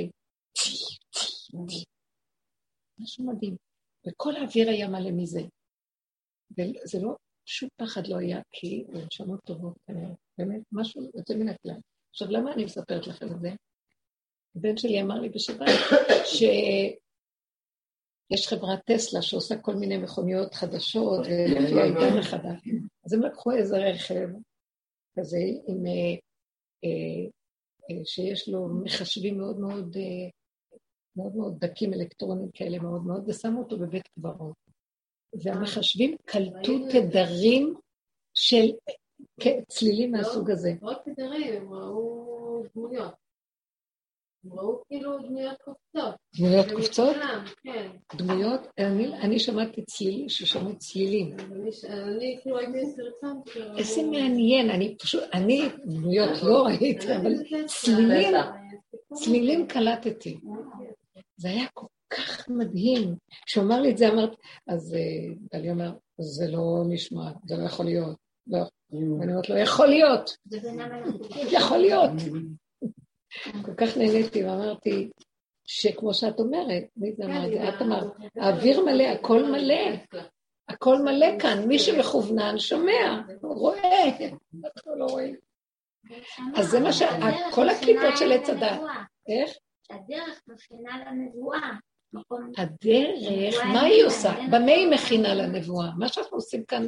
משהו מדהים. וכל האוויר היה מלא מזה. וזה לא, שום פחד לא היה, כי הן נשמות טובות. באמת, משהו יוצא מן הכלל. עכשיו, למה אני מספרת לכם את זה? הבן שלי אמר לי בשבת, יש חברת טסלה שעושה כל מיני מכוניות חדשות, ולפי העידן החדש. אז הם לקחו איזה רכב, כזה עם, שיש לו מחשבים מאוד מאוד, מאוד מאוד דקים אלקטרונים כאלה מאוד מאוד, ושמו אותו בבית קברות. והמחשבים קלטו תדרים של צלילים מהסוג הזה. לא תדרים, הם ראו דמויות. הם ראו כאילו דמויות קופצות. דמויות קופצות? כן. דמויות? אני שמעתי צלילים, ששמעו צלילים. אני כאילו הייתי סרטון. איזה מעניין, אני דמויות לא ראיתי, אבל צלילים קלטתי. זה היה כל כך מדהים. כשאמר לי את זה, אמרת, אז דלי אומר, זה לא נשמע, זה לא יכול להיות. ואני אומרת לו, יכול להיות. יכול להיות. כל כך נהניתי ואמרתי, שכמו שאת אומרת, מי זה אמר את זה? את אמרת, האוויר מלא, הכל מלא. הכל מלא כאן, מי שמכוונן שומע, רואה, אנחנו לא רואים. אז זה מה כל הקליפות של עץ הדת. איך? הדרך מכינה לנבואה. הדרך, מה היא עושה? במה היא מכינה לנבואה? מה שאנחנו עושים כאן,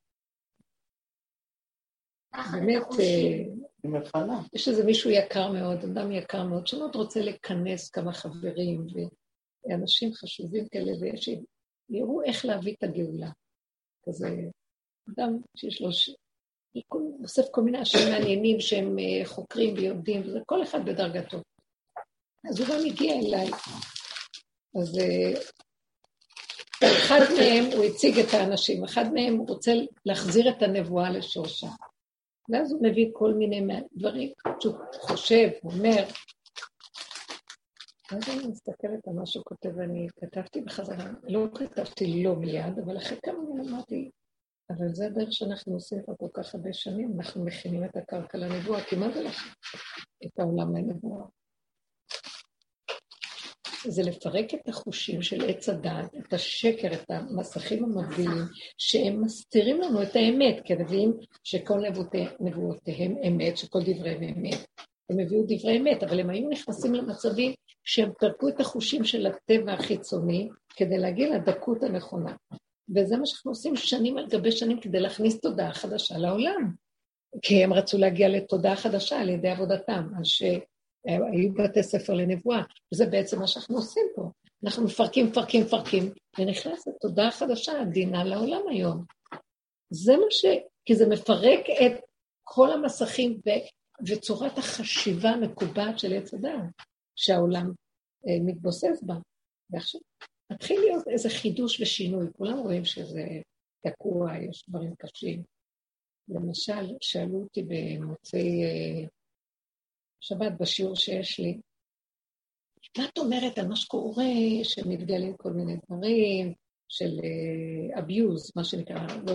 באמת, יש איזה מישהו יקר מאוד, אדם יקר מאוד, שמאוד רוצה לכנס כמה חברים, ואנשים חשובים כאלה, ויראו איך להביא את הגאולה. כזה אדם שיש לו, נוסף כל מיני אנשים מעניינים שהם חוקרים ויודעים, וזה כל אחד בדרגתו. אז הוא גם הגיע אליי. אז אחד מהם, הוא הציג את האנשים, אחד מהם הוא רוצה להחזיר את הנבואה לשורשה. ואז הוא מביא כל מיני דברים שהוא חושב, הוא אומר. אז אני מסתכלת על מה שהוא כותב, ואני כתבתי בחזרה, לא כתבתי לא מיד, אבל אחרי כמה מילים אמרתי, אבל זה הדרך שאנחנו עושים כבר כל כך הרבה שנים, אנחנו מכינים את הקרקע לנבואה, כי מה זה לכם? את העולם לנבואה. זה לפרק את החושים של עץ הדעת, את השקר, את המסכים המגבילים, שהם מסתירים לנו את האמת, כי מביאים שכל נבואותיהם אמת, שכל דבריהם אמת. הם הביאו דברי אמת, אבל הם היו נכנסים למצבים שהם פרקו את החושים של הטבע החיצוני, כדי להגיע לדקות הנכונה. וזה מה שאנחנו עושים שנים על גבי שנים, כדי להכניס תודעה חדשה לעולם. כי הם רצו להגיע לתודעה חדשה על ידי עבודתם, על היו בתי ספר לנבואה, וזה בעצם מה שאנחנו עושים פה. אנחנו מפרקים, ונכנסת תודעה חדשה, עדינה לעולם היום. זה מה כי זה מפרק את כל המסכים וצורת החשיבה המקובעת של עץ הדעת, שהעולם מתבוסס בה. ועכשיו, מתחיל להיות איזה חידוש ושינוי, כולם רואים שזה תקוע, יש דברים קשים. למשל, שאלו אותי במוצאי שבת בשיעור שיש לי, מה את אומרת על מה שקורה, שמתגלים כל מיני דברים, של אביוז, מה שנקרא, לא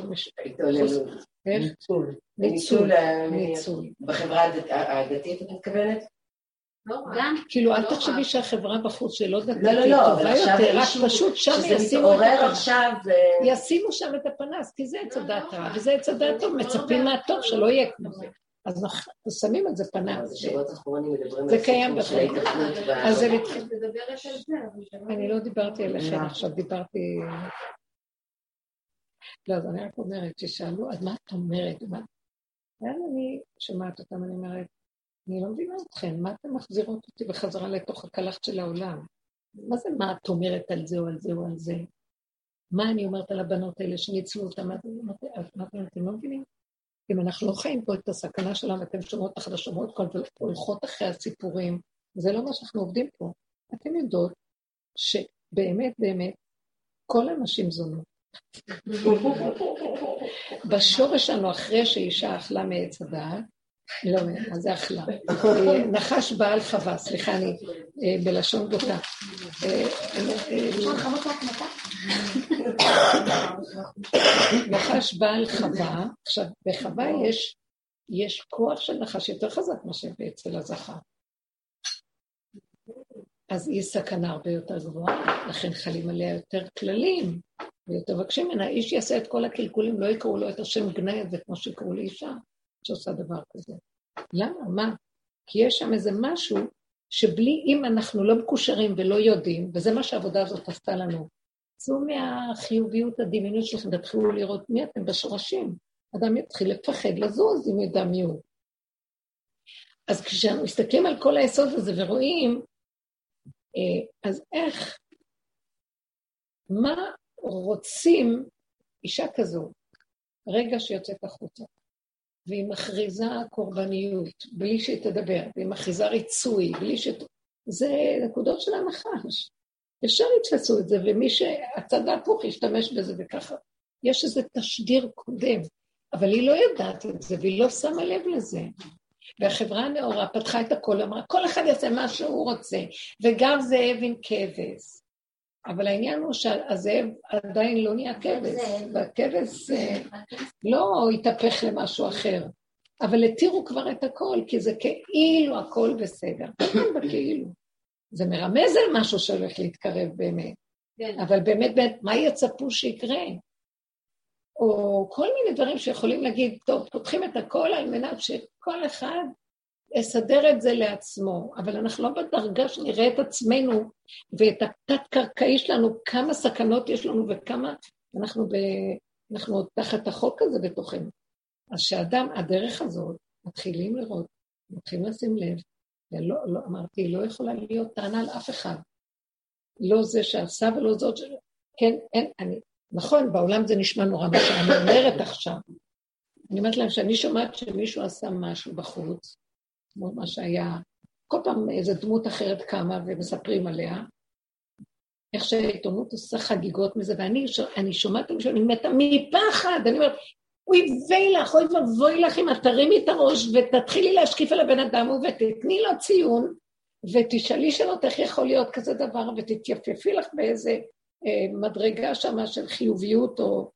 ניצול. בחברה הדתית את מתכוונת? גם. כאילו, אל תחשבי שהחברה בחוץ שלא דתית היא טובה יותר, רק פשוט שם ישימו שם את הפנס, כי זה עץ הדעת רע, וזה עץ הדעת טוב, מצפים מהטוב שלא יהיה כמו זה. אז אנחנו שמים את זה פנס. זה קיים בחיים. אז זה מתחיל. אני לא דיברתי אליכם, עכשיו דיברתי... לא, אז אני רק אומרת ששאלו, אז מה את אומרת? ואז אני שומעת אותם, אני אומרת, אני לא מבינה אתכם, מה אתם מחזירות אותי בחזרה לתוך הקלחת של העולם? מה זה מה את אומרת על זה או על זה או על זה? מה אני אומרת על הבנות האלה שניצלו אותם? מה אתם לא מבינים? אם אנחנו לא חיים פה את הסכנה שלנו, אתם שומעות אחת השומעות כל והולכות אחרי הסיפורים, זה לא מה שאנחנו עובדים פה. אתם יודעות שבאמת, באמת, כל הנשים זונות. בשורש שלנו, אחרי שאישה אכלה מעץ הדעת, לא, אז זה אכלה. נחש בעל חווה, סליחה, אני בלשון בוטה. נחש בעל חווה, עכשיו בחווה יש כוח של נחש יותר חזק מה שאצל הזכר. אז היא סכנה הרבה יותר גבוהה, לכן חלים עליה יותר כללים, ויותר מבקשים ממנה, איש יעשה את כל הקלקולים, לא יקראו לו את השם גנאי הזה, כמו שקראו לאישה, שעושה דבר כזה. למה? מה? כי יש שם איזה משהו, שבלי אם אנחנו לא מקושרים ולא יודעים, וזה מה שהעבודה הזאת עשתה לנו, זו מהחיוביות הדמיונית שלכם, תתחילו לראות מי אתם בשורשים. אדם יתחיל לפחד לזוז אם ידע מי הוא. אז כשאנחנו מסתכלים על כל היסוד הזה ורואים, אז איך, מה רוצים אישה כזו, רגע שיוצאת החוצה, והיא מכריזה קורבניות, בלי שהיא תדבר, והיא מכריזה ריצוי, זה נקודות של הנחש. ישר יתפסו את זה, ומי שהצד ההפוך ישתמש בזה וככה. יש איזה תשדיר קודם, אבל היא לא יודעת את זה, והיא לא שמה לב לזה. והחברה הנאורה פתחה את הכל, אמרה, כל אחד יעשה מה שהוא רוצה, וגם זאב עם כבש. אבל העניין הוא שהזאב עדיין לא נהיה כבש, והכבש לא יתהפך למשהו אחר. אבל התירו כבר את הכל, כי זה כאילו הכל בסדר. כאילו. זה מרמז על משהו שהולך להתקרב באמת. כן. אבל באמת, מה יצפו שיקרה? או כל מיני דברים שיכולים להגיד, טוב, פותחים את הכל על מנת שכל אחד יסדר את זה לעצמו, אבל אנחנו לא בדרגה שנראה את עצמנו ואת התת-קרקעי שלנו, כמה סכנות יש לנו וכמה אנחנו תחת החוק הזה בתוכנו. אז שאדם, הדרך הזאת, מתחילים לראות, מתחילים לשים לב, ולא, אמרתי, לא יכולה להיות טענה על אף אחד. לא זה שעשה ולא זאת, כן, נכון, בעולם זה נשמע נורא מה שאני אומרת עכשיו. אני אומרת להם שאני שומעת שמישהו עשה משהו בחוץ, כמו מה שהיה, כל פעם איזו דמות אחרת קמה ומספרים עליה, איך שהעיתונות עושה חגיגות מזה, ואני שומעת שאני מתה מפחד, אני אומרת, אוי ואילך, אוי ובואי לך אם תרימי את הראש ותתחילי להשקיף על הבן אדם ותתני לו ציון, ותשאלי שאלות איך יכול להיות כזה דבר, ותתייפפי לך באיזה מדרגה שמה של חיוביות או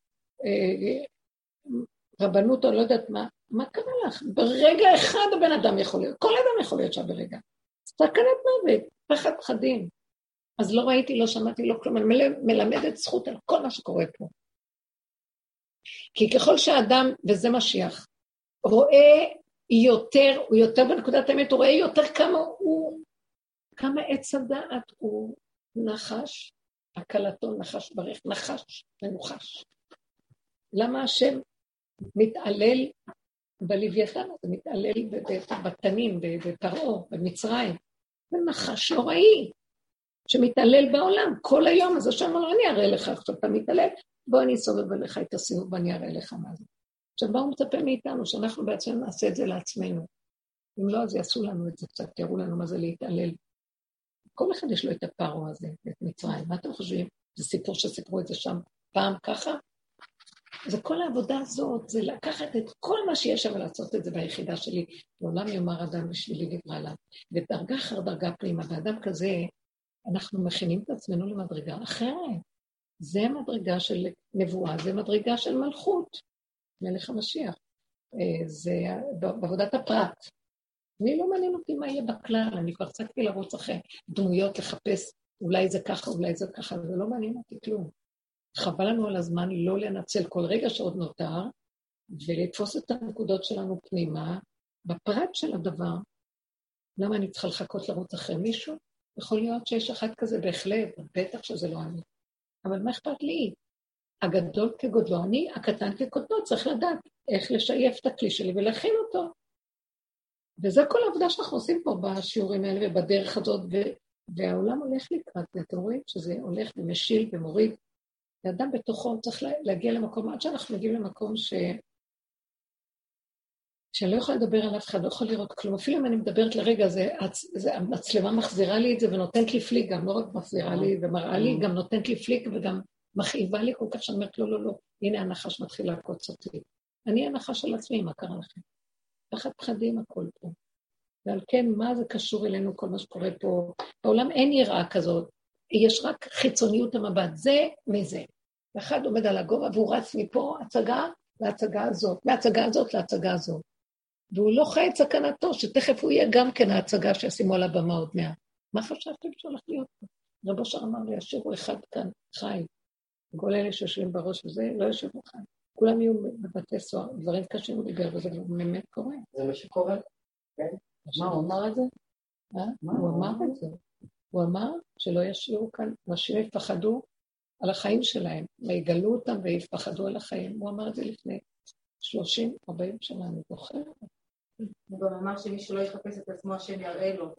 רבנות או לא יודעת מה קרה לך? ברגע אחד הבן אדם יכול להיות, כל אדם יכול להיות שם ברגע. סכנת מוות, פחד חדים. אז לא ראיתי, לא שמעתי, לא כלום, אני מלמדת זכות על כל מה שקורה פה. כי ככל שהאדם, וזה משיח, רואה יותר, הוא יותר בנקודת האמת, הוא רואה יותר כמה עץ הדעת הוא נחש, הקלטון נחש ברך, נחש, מנוחש. למה השם מתעלל בלוויתן, זה מתעלל בתנים, בפרעה, במצרים, זה נחש נוראי, שמתעלל בעולם כל היום, אז השם לא אני אראה לך, עכשיו אתה מתעלל, בוא אני אסובב עליך את הסיבוב ואני אראה לך מה זה. עכשיו מה הוא מצפה מאיתנו? שאנחנו בעצם נעשה את זה לעצמנו. אם לא, אז יעשו לנו את זה קצת, תראו לנו מה זה להתעלל. כל אחד יש לו את הפרעה הזה, את מצרים. מה אתם חושבים? זה סיפור שסיפרו את זה שם פעם ככה? אז כל העבודה הזאת זה לקחת את כל מה שיש שם ולעשות את זה ביחידה שלי. לעולם יאמר אדם בשבילי נברא לה. ודרגה אחר דרגה פנימה, ואדם כזה, אנחנו מכינים את עצמנו למדרגה אחרת. זה מדרגה של נבואה, זה מדרגה של מלכות, מלך המשיח. זה בעבודת הפרט. אני לא מעניין אותי מה יהיה בכלל, אני כבר צחקתי לרוץ אחרי דמויות לחפש, אולי זה ככה, אולי זה ככה, זה לא מעניין אותי כלום. חבל לנו על הזמן לא לנצל כל רגע שעוד נותר, ולתפוס את הנקודות שלנו פנימה, בפרט של הדבר. למה אני צריכה לחכות לרוץ אחרי מישהו? יכול להיות שיש אחד כזה בהחלט, בטח שזה לא אני. אבל מה אכפת לי? הגדול כגודלו אני, הקטן כקוטנו, צריך לדעת איך לשייף את הכלי שלי ולהכין אותו. וזה כל העבודה שאנחנו עושים פה בשיעורים האלה ובדרך הזאת, והעולם הולך לקראת, ואתם רואים שזה הולך ומשיל ומוריד, ואדם בתוכו צריך להגיע למקום, עד שאנחנו מגיעים למקום שאני לא יכולה לדבר על אף אחד, לא יכול לראות כלום. אפילו אם אני מדברת לרגע, המצלמה מחזירה לי את זה ונותנת לי פליק, גם לא רק מחזירה לי ומראה לי, גם נותנת לי פליק וגם מכאיבה לי כל כך שאני אומרת, לא, לא, לא, הנה הנחש מתחיל לעקוץ אותי. אני הנחש של עצמי, מה קרה לכם? פחד פחדים הכל פה. ועל כן, מה זה קשור אלינו, כל מה שקורה פה? בעולם אין יראה כזאת, יש רק חיצוניות המבט, זה מזה. ואחד עומד על הגובה והוא רץ מפה, הצגה להצגה הזאת, מהצגה הזאת להצגה הזאת. והוא לא חי את סכנתו, שתכף הוא יהיה גם כן ההצגה שישימו על הבמה עוד מעט. מה חשבתם שהולך להיות פה? רב אושר אמר לי, השאירו אחד כאן חי. כל אלה שיושבים בראש הזה, לא יושבו חי. כולם יהיו בבתי סוהר, דברים קשים הוא דיבר, וזה באמת קורה. זה מה שקורה? כן. מה, הוא אמר את זה? הוא אמר את זה. הוא אמר שלא ישאירו כאן, אנשים יפחדו על החיים שלהם, ויגלו אותם ויפחדו על החיים. הוא אמר את זה לפני 30-40 שנה, אני זוכרת. הוא גם אמר שמישהו לא יחפש את עצמו, השם יראה לו.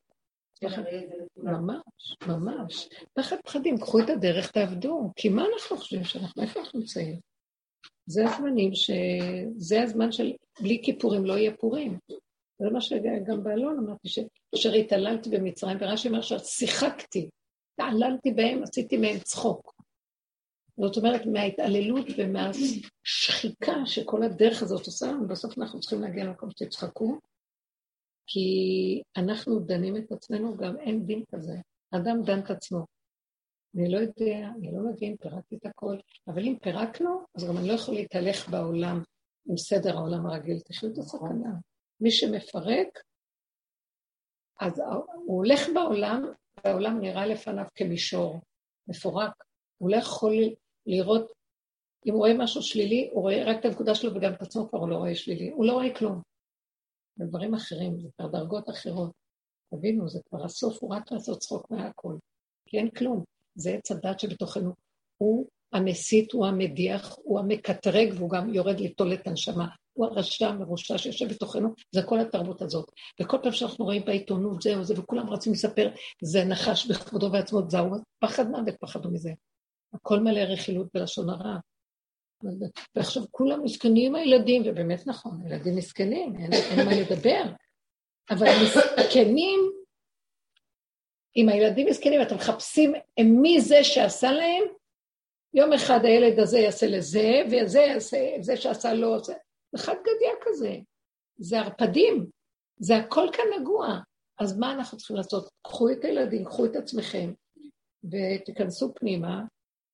ממש, ממש. פחד פחדים, קחו את הדרך, תעבדו. כי מה אנחנו חושבים שאנחנו, איפה אנחנו נמצאים? זה הזמנים זה הזמן של בלי כיפורים לא יהיה פורים. זה מה שגם באלון אמרתי, אשר התעללתי במצרים, ורש"י אומר ששיחקתי, התעללתי בהם, עשיתי מהם צחוק. זאת אומרת, מההתעללות ומהשחיקה שכל הדרך הזאת עושה, ובסוף אנחנו צריכים להגיע למקום שתצחקו, כי אנחנו דנים את עצמנו, גם אין דין כזה. אדם דן את עצמו. אני לא יודע, אני לא מבין, פירקתי את הכל, אבל אם פירקנו, אז גם אני לא יכול להתהלך בעולם, עם סדר העולם הרגיל, תחיו את הסכנה. מי שמפרק, אז הוא הולך בעולם, והעולם נראה לפניו כמישור, מפורק. הוא לא יכול לראות, אם הוא רואה משהו שלילי, הוא רואה רק את הנקודה שלו, וגם את עצמו כבר הוא לא רואה שלילי. הוא לא רואה כלום. דברים אחרים, זה כבר דרגות אחרות. תבינו, זה כבר הסוף, הוא רק לעשות צחוק מהכל. כי אין כלום. זה עץ הדת שבתוכנו. הוא המסית, הוא המדיח, הוא המקטרג, והוא גם יורד ליטול את הנשמה. הוא הרשע המרושע שיושב בתוכנו, זה כל התרבות הזאת. וכל פעם שאנחנו רואים בעיתונות זה או זה, וכולם רצים לספר, זה נחש בכבודו ועצמו, זהו, פחד מוות פחדו מזה. הכל מלא רכילות בלשון הרע. ועכשיו כולם מסכנים הילדים, ובאמת נכון, הילדים מסכנים, אין מה לדבר. אבל מסכנים, אם הילדים מסכנים, אתם מחפשים מי זה שעשה להם, יום אחד הילד הזה יעשה לזה, וזה יעשה, זה שעשה לו, זה אחד גדיה כזה. זה הרפדים, זה הכל כאן נגוע. אז מה אנחנו צריכים לעשות? קחו את הילדים, קחו את עצמכם, ותכנסו פנימה,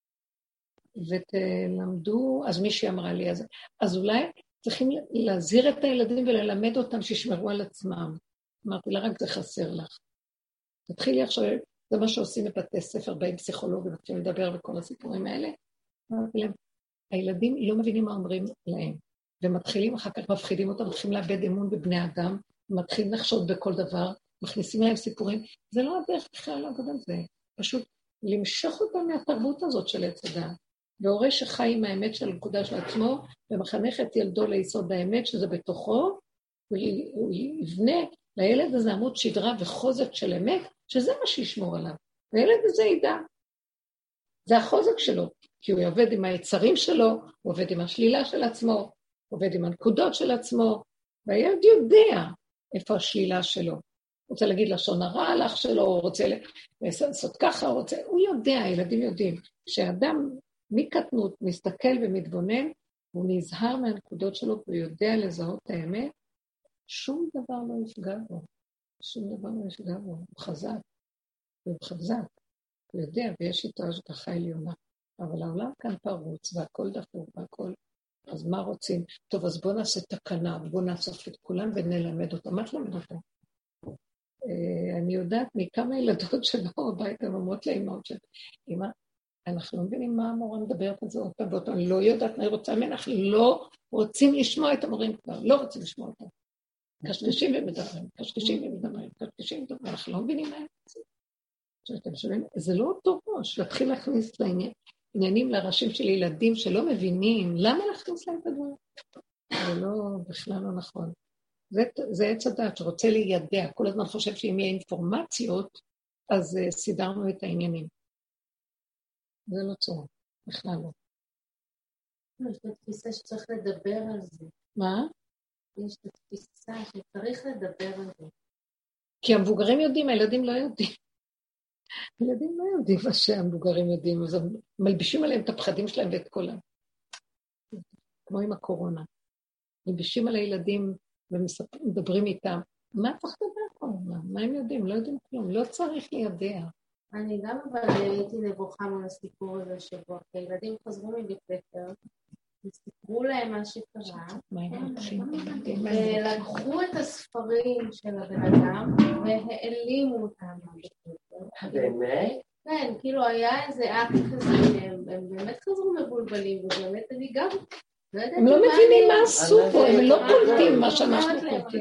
ותלמדו, אז מישהי אמרה לי, אז אולי צריכים להזהיר את הילדים וללמד אותם שישמרו על עצמם. אמרתי לה, רק זה חסר לך. תתחילי עכשיו, זה מה שעושים בבתי ספר, באים פסיכולוגים, מתחילים לדבר בכל הסיפורים האלה. אמרתי להם, הילדים לא מבינים מה אומרים להם, ומתחילים אחר כך מפחידים אותם, מתחילים לאבד אמון בבני אדם, מתחילים לחשוד בכל דבר, מכניסים להם סיפורים, זה לא הדרך בכלל לעבוד על זה, פשוט למשוך אותם מהתרבות הזאת של עץ הדעת. והורה שחי עם האמת של הנקודה של עצמו, ומחנך את ילדו ליסוד האמת שזה בתוכו, הוא יבנה לילד הזה עמוד שדרה וחוזק של אמת, שזה מה שישמור עליו. והילד הזה ידע. זה החוזק שלו, כי הוא עובד עם היצרים שלו, הוא עובד עם השלילה של עצמו, הוא עובד עם הנקודות של עצמו, והילד יודע איפה השלילה שלו. הוא רוצה להגיד לשון הרע על אח שלו, הוא רוצה לעשות ככה, הוא יודע, הילדים יודעים, שאדם מקטנות מסתכל ומתבונן, הוא נזהר מהנקודות שלו, והוא יודע לזהות את האמת, שום דבר לא יפגע בו, שום דבר לא יפגע בו, הוא חזק, הוא חזק, הוא יודע, ויש איתו השגחה עליונה, אבל העולם כאן פרוץ, והכל דפוק, והכל, אז מה רוצים? טוב, אז בואו נעשה תקנה, בואו נאסוף את כולם ונלמד אותם, מה תלמד אותם? אני יודעת מכמה ילדות שבאו הביתה, אומרות לאמאות של אמא, אנחנו לא מבינים מה המורה מדברת על זה עוד פעם, ואותו, אני לא יודעת מה היא רוצה ממנה, אנחנו לא רוצים לשמוע את המורים כבר, לא רוצים לשמוע אותם. קשקשים ומדברים, אנחנו לא מבינים מה הם רוצים. זה לא אותו ראש, להתחיל להכניס לעניינים לראשים של ילדים שלא מבינים, למה להכניס להם את הדברים? זה לא, בכלל לא נכון. זה עץ הדעת שרוצה לידע, כל הזמן חושב שאם יהיה אינפורמציות, אז סידרנו את העניינים. זה לא צורה, בכלל לא. יש לי תפיסה שצריך לדבר על זה. מה? יש את התפיסה שצריך לדבר על זה. כי המבוגרים יודעים, הילדים לא יודעים. הילדים לא יודעים מה שהמבוגרים יודעים, אז הם מלבישים עליהם את הפחדים שלהם ואת כולם. כמו עם הקורונה. מלבישים על הילדים ומדברים איתם. מה צריך לדבר קורונה? מה הם יודעים? לא יודעים כלום. לא צריך לידע. אני גם אבל הייתי נבוכה מהסיפור הזה שבו, כי הילדים חזרו מבית ספר, וסיפרו להם מה שקרה, ולקחו את הספרים של הבן אדם, והעלימו אותם מבית ספר. באמת? כן, כאילו היה איזה אקט כזה, הם באמת חזרו מבולבלים, ובאמת אני גם... הם לא מבינים מה עשו פה, הם לא קולטים מה שאנחנו קולטים.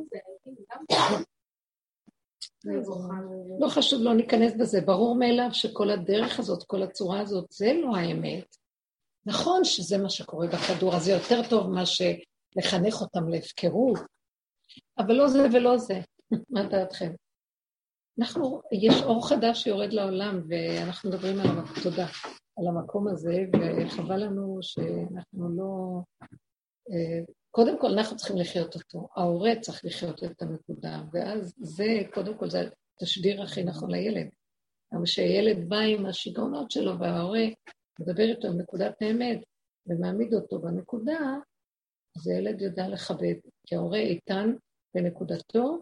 לא חשוב, לא ניכנס בזה. ברור מאליו שכל הדרך הזאת, כל הצורה הזאת, זה לא האמת. נכון שזה מה שקורה בכדור, אז זה יותר טוב מה שלחנך אותם להפקרות, אבל לא זה ולא זה. מה דעתכם? יש אור חדש שיורד לעולם, ואנחנו מדברים על תודה, על המקום הזה, וחבל לנו שאנחנו לא... קודם כל אנחנו צריכים לחיות אותו, ההורה צריך לחיות את הנקודה, ואז זה, קודם כל, זה התשדיר הכי נכון לילד. אבל שהילד בא עם השיגעונות שלו, וההורה מדבר איתו עם נקודת האמת, ומעמיד אותו בנקודה, אז הילד יודע לכבד, כי ההורה איתן בנקודתו,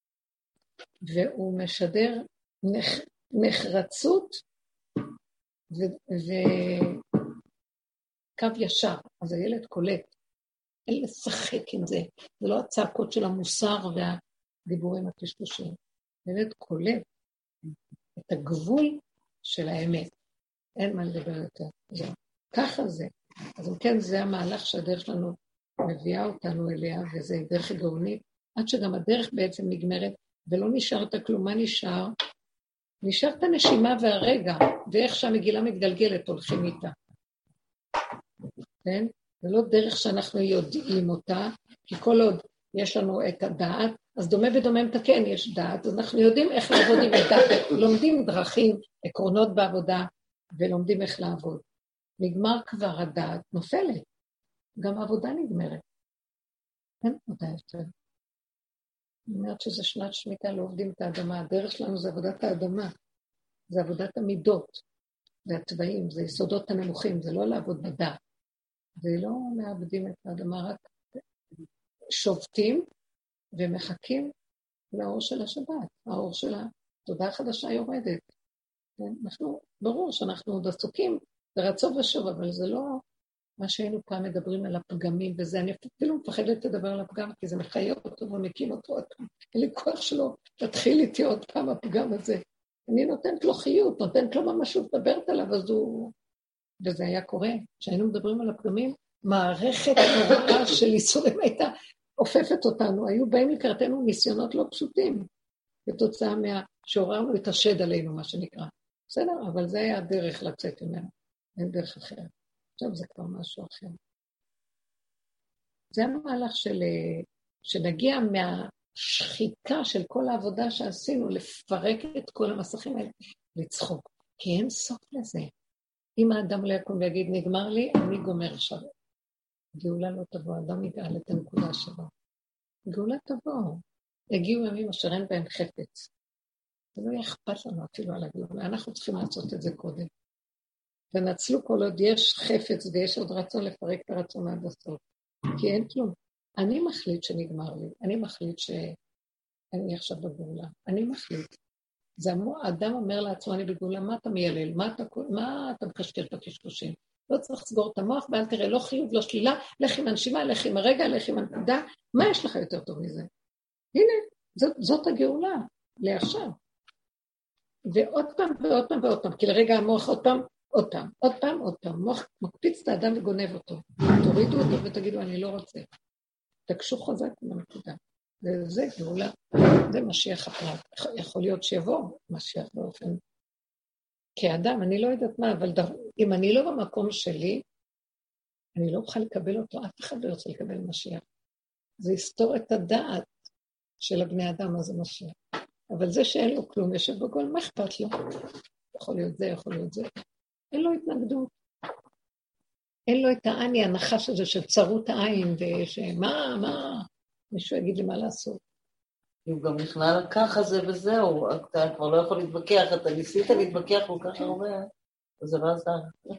והוא משדר נחרצות וקו ישר, אז הילד קולט. אין לשחק עם זה, זה לא הצעקות של המוסר והדיבורים הקשקושים. הילד קולט את הגבול של האמת. אין מה לדבר יותר. זהו. ככה זה. אז אם כן, זה המהלך שהדרך שלנו מביאה אותנו אליה, וזה דרך גאונית, עד שגם הדרך בעצם נגמרת, ולא נשארת כלום. מה נשאר? נשאר את הנשימה והרגע, ואיך שהמגילה מתגלגלת הולכים איתה. כן? זה לא דרך שאנחנו יודעים אותה, כי כל עוד יש לנו את הדעת, אז דומה ודומה מתקן, יש דעת, אז אנחנו יודעים איך לעבוד עם הדעת, לומדים דרכים, עקרונות בעבודה, ולומדים איך לעבוד. נגמר כבר הדעת, נופלת. גם העבודה נגמרת. אין עבודה יותר. אני אומרת שזה שנת שמיטה, לא עובדים את האדמה. הדרך שלנו זה עבודת האדמה. זה עבודת המידות, והטבעים, זה יסודות הנמוכים, זה לא לעבוד בדעת. ולא מאבדים את האדמה, רק שובטים ומחכים לאור של השבת. האור של התודעה החדשה יורדת. אנחנו, ברור שאנחנו עוד עסוקים ברצון ושוב, אבל זה לא מה שהיינו פעם מדברים על הפגמים, וזה אני אפילו מפחדת לדבר על הפגם, כי זה מחיה אותו ומקים אותו. אין לי כוח שלו, תתחיל איתי עוד פעם הפגם הזה. אני נותנת לו חיות, נותנת לו משהו לדברת עליו, אז הוא... וזה היה קורה. כשהיינו מדברים על הפגמים, מערכת נוראה של איסורים הייתה עופפת אותנו. היו באים לקראתנו ניסיונות לא פשוטים, בתוצאה שעוררנו את השד עלינו, מה שנקרא. בסדר, אבל זה היה הדרך לצאת ממנו. אין דרך אחרת. עכשיו זה כבר משהו אחר. זה המהלך שנגיע מהשחיקה של כל העבודה שעשינו, לפרק את כל המסכים האלה, לצחוק. כי אין סוף לזה. אם האדם לא יקום ויגיד, נגמר לי, אני גומר עכשיו. גאולה לא תבוא, אדם יגאל את הנקודה שלו. גאולה תבוא. הגיעו ימים אשר אין בהם חפץ. זה לא אכפת לנו אפילו על הגאולה. אנחנו צריכים לעשות את זה קודם. ונצלו כל עוד יש חפץ ויש עוד רצון לפרק את הרצון עד הסוף. כי אין כלום. אני מחליט שנגמר לי. אני מחליט שאני עכשיו בגאולה. אני מחליט. זה האדם אומר לעצמו, אני בגאולה, מה אתה מיילל? מה אתה מקשקש בקשקושים? לא צריך לסגור את המוח, ואל תראה, לא חיוב, לא שלילה, לך עם הנשימה, לך עם הרגע, לך עם הנקודה. מה יש לך יותר טוב מזה? הנה, זאת הגאולה, לעכשיו. ועוד פעם ועוד פעם ועוד פעם, כי לרגע המוח עוד פעם, עוד פעם, עוד פעם, עוד פעם. מוח מקפיץ את האדם וגונב אותו. תורידו אותו ותגידו, אני לא רוצה. תקשו חזק בנקודה. וזה גאולה, זה משיח הפרט. יכול להיות שיבוא משיח באופן. כאדם, אני לא יודעת מה, אבל אם אני לא במקום שלי, אני לא אוכל לקבל אותו, אף אחד לא ירצה לקבל משיח. זה יסתור את הדעת של הבני אדם, אז זה משיח. אבל זה שאין לו כלום, יושב בגול, מה אכפת לו? יכול להיות זה, יכול להיות זה. אין לו התנגדות. אין לו את העני, הנחש הזה של צרות העין, ושמה, מישהו יגיד לי מה לעשות. הוא גם נכנע ככה זה וזהו, אתה כבר לא יכול להתווכח, אתה ניסית להתווכח כל כך הרבה, אז זה לא עזר.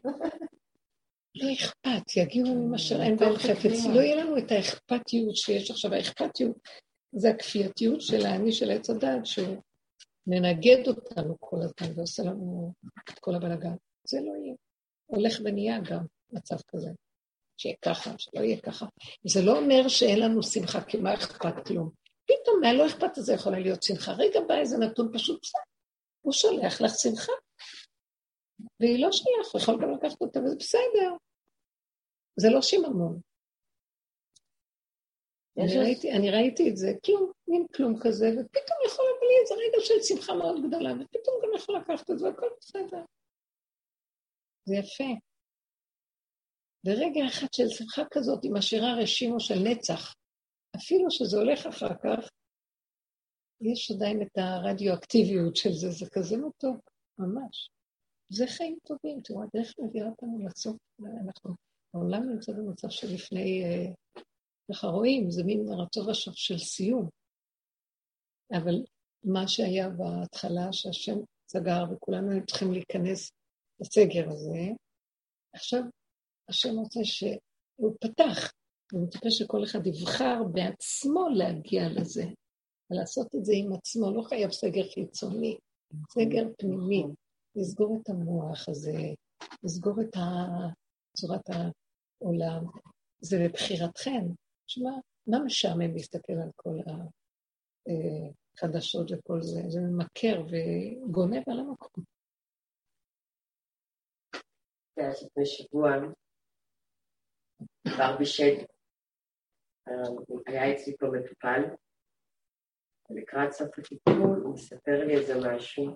לא אכפת, יגיעו ממה שאין בהם חפץ, לא יהיה לנו את האכפתיות שיש עכשיו, האכפתיות זה הכפייתיות של האני של עץ הדת, שהוא מנגד אותנו כל הזמן ועושה לנו את כל הבלגן. זה לא יהיה. הולך ונהיה גם מצב כזה, שיהיה ככה, שלא יהיה ככה. זה לא אומר שאין לנו שמחה, כי מה אכפת כלום. פתאום מה לא אכפת הזה יכולה להיות שמחה. רגע בא איזה נתון פשוט בסדר. הוא שולח לך שמחה. והיא לא שולח, הוא יכול גם לקחת אותה, וזה בסדר. זה לא שיממון. אני ראיתי את זה, כלום, מין כלום כזה, ופתאום יכול לבוא לי איזה רגע של שמחה מאוד גדולה, ופתאום גם יכול לקחת את זה, והכל בסדר. זה יפה. ברגע אחד של שמחה כזאת, היא משאירה רשימו של נצח, אפילו שזה הולך אחר כך, יש עדיין את הרדיואקטיביות של זה, זה כזה מתוק, ממש. זה חיים טובים, תראו, הדרך מביאה אותנו לסוף, אנחנו העולם נמצא במצב שלפני, ככה רואים, זה מין רצון ושוב של סיום. אבל מה שהיה בהתחלה, שהשם סגר וכולנו היו צריכים להיכנס לסגר הזה, עכשיו השם רוצה שהוא פתח, הוא מצפה שכל אחד יבחר בעצמו להגיע לזה, ולעשות את זה עם עצמו, לא חייב סגר חיצוני, סגר פנימי, לסגור את המוח הזה, לסגור את צורת העולם, זה לבחירתכם. שמה, מה משעמם להסתכל על כל החדשות וכל זה? זה ממכר וגונב על המקום. לפני שבוע, כבר בשד, היה אצלי פה מטופל, ולקראת סוף הטיפול הוא מספר לי איזה משהו,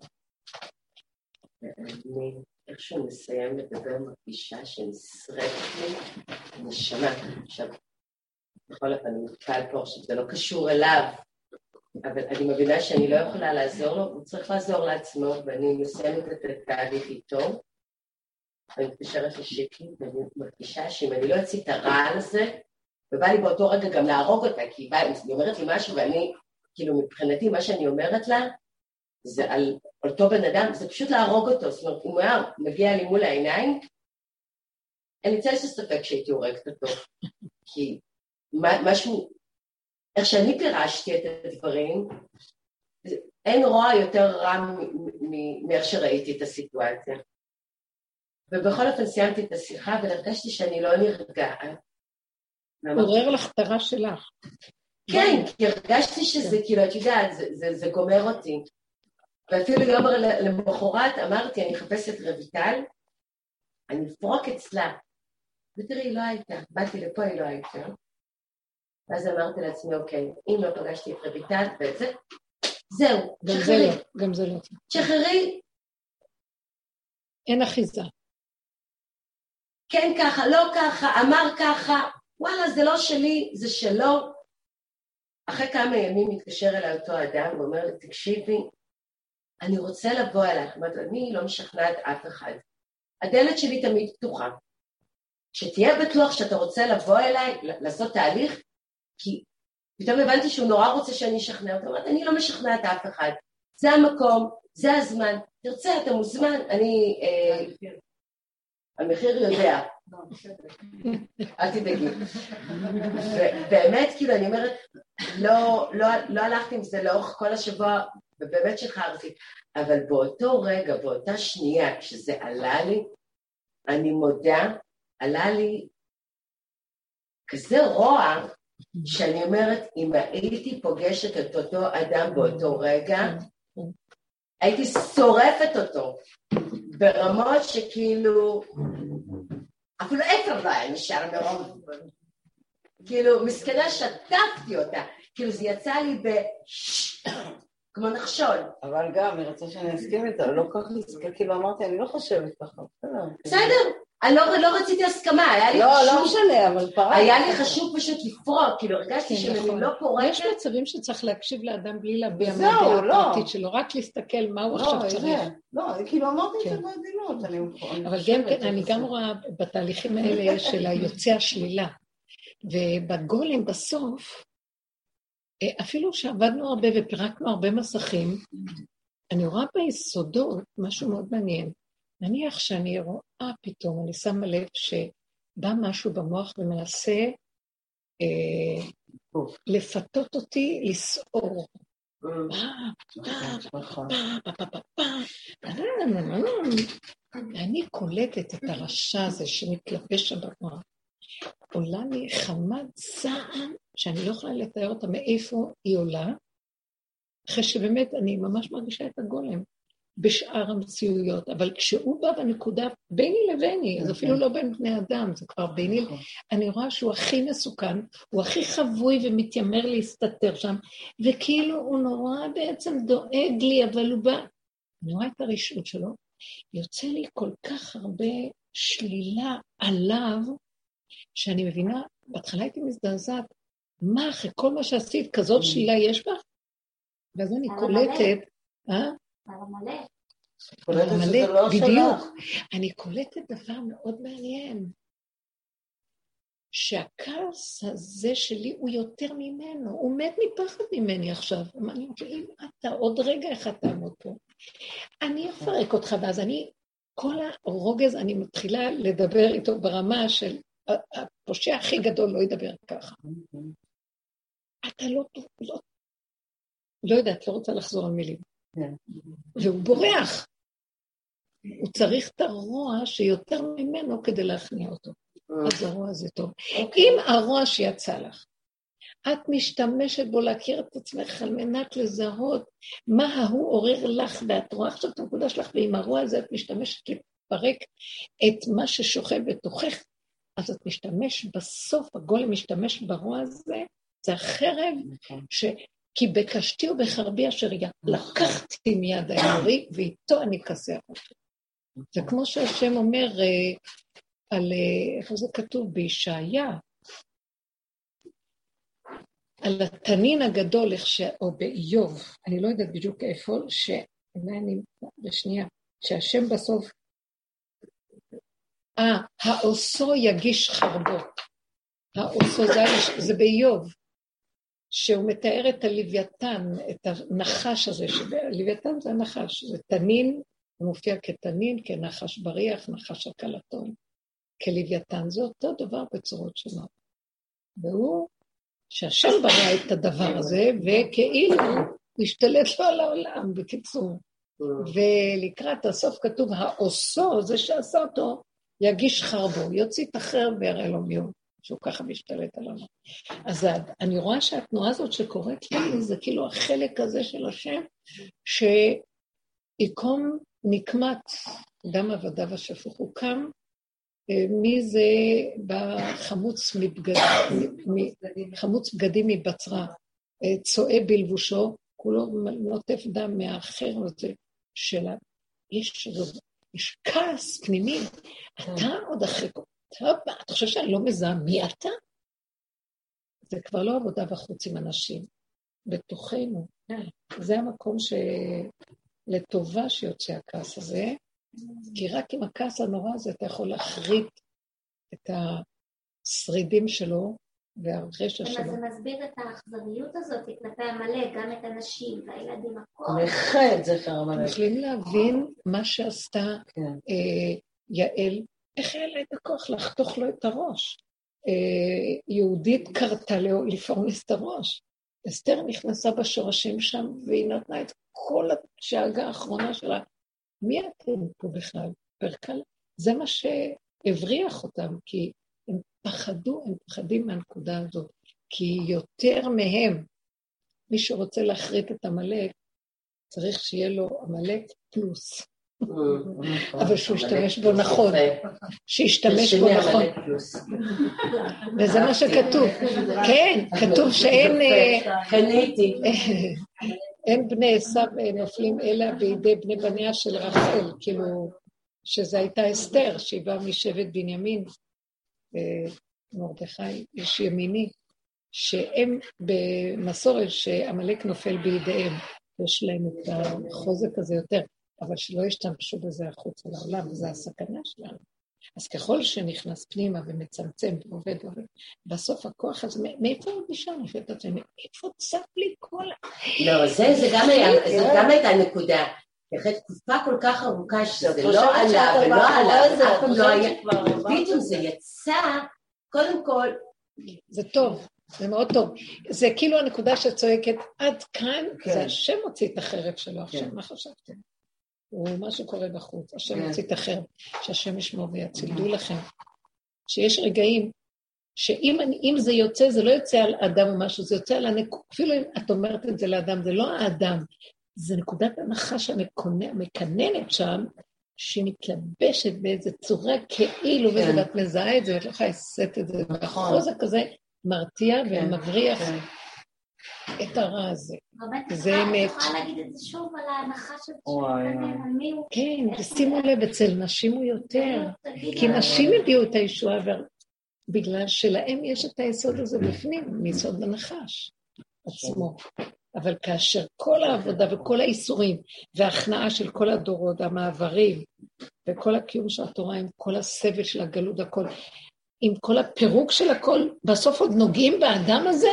ואני איכשהו מסיים לדבר מרגישה שנשרפת לי נשמה. עכשיו, בכל אופן, אני מתקל פה, שזה לא קשור אליו, אבל אני מבינה שאני לא יכולה לעזור לו, הוא צריך לעזור לעצמו, ואני מסיימת את התהליך איתו, אני מתקשרת לשיקי, ואני מרגישה שאם אני לא אציא את הרעל הזה, ובא לי באותו רגע גם להרוג אותה, כי היא אומרת לי משהו, ואני, כאילו מבחינתי, מה שאני אומרת לה, זה על אותו בן אדם, זה פשוט להרוג אותו, זאת אומרת, אם הוא היה מגיע לי מול העיניים, אני רוצה לספק שהייתי הורגת אותו, כי משהו, איך שאני פירשתי את הדברים, אין רוע יותר רע מאיך שראיתי את הסיטואציה. ובכל אופן סיימתי את השיחה, והרגשתי שאני לא נרגעת. עורר לך את הרע שלך. כן, כי הרגשתי שזה, כאילו, את יודעת, זה גומר אותי. ואפילו יום למחרת אמרתי, אני אחפש את רויטל, אני אפרוק אצלה. ותראי, היא לא הייתה. באתי לפה, היא לא הייתה. ואז אמרתי לעצמי, אוקיי, אם לא פגשתי את רויטל ואת זה, זהו, שחררי. גם זה לא. שחררי. אין אחיזה. כן ככה, לא ככה, אמר ככה, וואלה, זה לא שלי, זה שלו. אחרי כמה ימים מתקשר אליי אותו אדם ואומר לי, תקשיבי, אני רוצה לבוא אליך. אומרת, אני לא משכנעת אף אחד. הדלת שלי תמיד פתוחה. שתהיה בטוח שאתה רוצה לבוא אליי, לעשות תהליך, כי פתאום הבנתי שהוא נורא רוצה שאני אשכנע אותו. אומרת, אני לא משכנעת אף אחד. זה המקום, זה הזמן. תרצה, אתה מוזמן. אני... המחיר יודע. אל תדאגי. ובאמת, כאילו, אני אומרת, לא הלכתי עם זה לאורך כל השבוע, ובאמת שחררתי, אבל באותו רגע, באותה שנייה, כשזה עלה לי, אני מודה, עלה לי כזה רוע, שאני אומרת, אם הייתי פוגשת את אותו אדם באותו רגע, הייתי שורפת אותו, ברמות שכאילו, אפילו אפר לא היה נשאר מרוב, כאילו, מסכנה שטפתי אותה, כאילו זה יצא לי כמו נחשול. אבל גם, היא רצה שאני אסכים איתה, לא כל כך נסכים, כאילו אמרתי, אני לא חושבת ככה. בסדר, אני לא רציתי הסכמה, היה לי חשוב... לא משנה, אבל פרק. היה לי חשוב פשוט לפרוק, כאילו הרגשתי שאני לא פורקת. יש מצבים שצריך להקשיב לאדם בלי להביע מהדעה הפרטית שלו, רק להסתכל מה הוא עכשיו צריך. לא, כאילו אמרתי את זה בעדינות. אבל אני גם רואה בתהליכים האלה של היוצא השלילה, ובגולם בסוף, אפילו שעבדנו הרבה ופירקנו הרבה מסכים, אני רואה ביסודות משהו מאוד מעניין. נניח שאני רואה פתאום, אני שמה לב שבא משהו במוח ומנסה לפתות אותי לסעור. אני קולטת את הרשע הזה שמתלבש שם במוח. עולה לי חמת זעם שאני לא יכולה לתאר אותה מאיפה היא עולה, אחרי שבאמת אני ממש מרגישה את הגולם בשאר המציאויות, אבל כשהוא בא בנקודה ביני לביני, אז אפילו לא בין בני אדם, זה כבר ביני, אני רואה שהוא הכי מסוכן, הוא הכי חבוי ומתיימר להסתתר שם, וכאילו הוא נורא בעצם דואג לי, אבל הוא בא, אני רואה את הרשעות שלו, יוצא לי כל כך הרבה שלילה עליו, שאני מבינה, בהתחלה הייתי מזדעזעת, מה אחרי כל מה שעשית, כזאת שלילה יש בה? ואז אני קולטת, בדיוק, אני קולטת דבר מאוד מעניין, שהכעס הזה שלי הוא יותר ממנו, הוא מת מפחד ממני עכשיו, אני אומרת, אם אתה עוד רגע אחד תעמוד פה, אני אפרק אותך, ואז אני, כל הרוגז, אני מתחילה לדבר איתו ברמה של, הפושע הכי גדול לא ידבר ככה. אתה לא יודעת, לא רוצה לחזור על מילים. והוא בורח. הוא צריך את הרוע שיותר ממנו כדי להכניע אותו. אז הרוע זה טוב. אם הרוע שיצא לך, את משתמשת בו להכיר את עצמך על מנת לזהות מה ההוא עורר לך, ואת רואה עכשיו את הנקודה שלך, ועם הרוע הזה את משתמשת לפרק את מה ששוכב בתוכך, אז את משתמש בסוף, הגולם משתמש ברוע הזה, זה החרב, כי בקשתי ובחרבי אשר לקחתי מיד האמורי, ואיתו אני כסח אותו. זה כמו שהשם אומר, על איפה זה כתוב בישעיה, על התנין הגדול, או באיוב, אני לא יודעת בדיוק איפה, שאולי אני בשנייה, שהשם בסוף, העושו יגיש חרבו, העושו זה באיוב, שהוא מתאר את הלוויתן, את הנחש הזה, הלוויתן זה הנחש, זה תנין, הוא מופיע כתנין, כנחש בריח, נחש הקלטון, כלוויתן, זה אותו דבר בצורות שונות. והוא, שהשם ברא את הדבר הזה, וכאילו השתלט לו על העולם, בקיצור. ולקראת הסוף כתוב, העושו, זה שעשה אותו, יגיש חרבו, יוציא את החרב ויראה לו מיום, שהוא ככה משתלט על העולם. אז אני רואה שהתנועה הזאת שקורית לי, זה כאילו החלק הזה של השם, שיקום נקמת דם עבדיו השפוך, הוא קם, מי זה חמוץ בגדים מבצרה, צועה בלבושו, כולו נוטף דם מהאחר הזה שלה. יש כעס פנימי, אתה עוד אחרי כל... אתה חושב שאני לא מזהה מי אתה? זה כבר לא עבודה בחוץ עם אנשים, בתוכנו. זה המקום לטובה שיוצא הכעס הזה, כי רק עם הכעס הנורא הזה אתה יכול להחריט את השרידים שלו והרשע שלו. זה מסביר את האכזריות הזאת, כלפי המלא, גם את הנשים והילדים הכל. מחד זה חרם המלא. יכולים להבין מה שעשתה יעל, איך היה לה את הכוח לחתוך לו את הראש. יהודית קרתה לו לפרנס את הראש. אסתר נכנסה בשורשים שם, והיא נתנה את כל השאגה האחרונה שלה. מי אתם פה בכלל? פרקל? זה מה שהבריח אותם, כי הם פחדים מהנקודה הזאת. כי יותר מהם, מי שרוצה להחריט את המלאק, צריך שיהיה לו המלאק פלוס. אבל שהוא ישתמש בו נכון. שישתמש בו נכון. וזה מה שכתוב. כן, כתוב שאין... אין בני עשיו נופלים אלא בידי בני בניה של רחל, כאילו שזה הייתה אסתר, שהיא באה משבט בנימין, מרדכי, איש ימיני, שהם במסורת שהמלאק נופל בידיהם, יש להם את החוזק הזה יותר, אבל שלא ישתמשו בזה החוץ על העולם, וזו הסכנה שלנו. אז ככל שנכנס פנימה ומצמצם ועובד, בסוף הכוח הזה, מאיפה הוא נשאר? מאיפה צף לי כל... לא, זה גם הייתה נקודה. אחרי תקופה כל כך ארוכה שזה לא עלה ולא עלה, אף פעם לא היה, ופתאום זה יצא, קודם כל... זה טוב, זה מאוד טוב. זה כאילו הנקודה שצועקת, עד כאן, זה השם הוציא את החרב שלו עכשיו, מה חשבתם? הוא מה שקורה בחוץ, השם הוציא את החרב, שהשם ישמור ויציל. דעו לכם, שיש רגעים, שאם זה יוצא, זה לא יוצא על אדם או משהו, זה יוצא על הנקודה, אפילו אם את אומרת את זה לאדם, זה לא האדם, זה נקודת הנחה שמקננת שם, שמתלבשת באיזו צורה כאילו, ואת מזהה את זה, ואת לא יכולה לשאת את זה, והחוזק הזה מרתיע ומבריח את הרע הזה. זה אמת. את יכולה להגיד את זה שוב על ההנחה של שמקנן, כן, ושימו לב, אצל נשים הוא יותר, כי נשים הביאו את הישועה, בגלל שלהם יש את היסוד הזה בפנים, מיסוד הנחש עצמו. אבל כאשר כל העבודה וכל האיסורים וההכנעה של כל הדורות, המעברים וכל הקיום של התורה עם כל הסבל של הגלות, הכל, עם כל הפירוק של הכל, בסוף עוד נוגעים באדם הזה,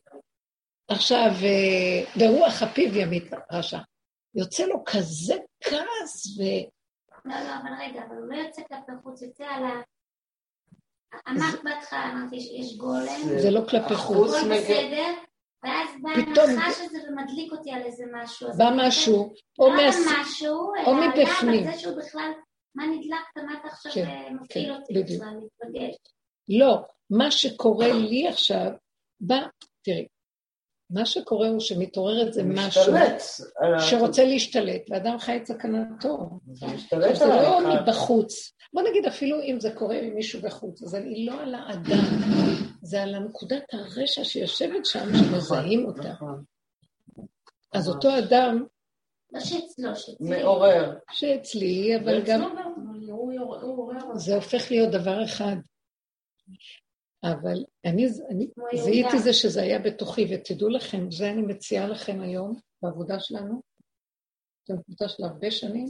עכשיו ברוח הפיו ימית רשע. יוצא לו כזה כעס לא, אבל רגע, אבל הוא לא יוצא כלפי חוץ, יוצא על ה... אמרת בהתחלה, אמרתי, יש גולם. זה לא כלפי חוץ. הכל בסדר. ואז בא הנחש הזה ומדליק אותי על איזה משהו. בא משהו, או מבפנים. אבל זה שהוא בכלל, מה נדלקת, מה אתה עכשיו מפעיל אותי בכלל, להתפגש. לא, מה שקורה לי עכשיו, תראי, מה שקורה הוא שמתעורר את זה משהו שרוצה להשתלט, ואדם חי את סכנתו. זה לא מבחוץ. בוא נגיד אפילו אם זה קורה ממישהו בחוץ, אז אני לא על האדם, זה על הנקודת הרשע שיושבת שם, שמזהים אותה. אז אותו אדם... לא שאצלו, שאצלי. מעורר. שאצלי, אבל גם... זה הופך להיות דבר אחד. אבל אני זיהיתי זה שזה היה בתוכי, ותדעו לכם, זה אני מציעה לכם היום, בעבודה שלנו, זו נקודה של הרבה שנים,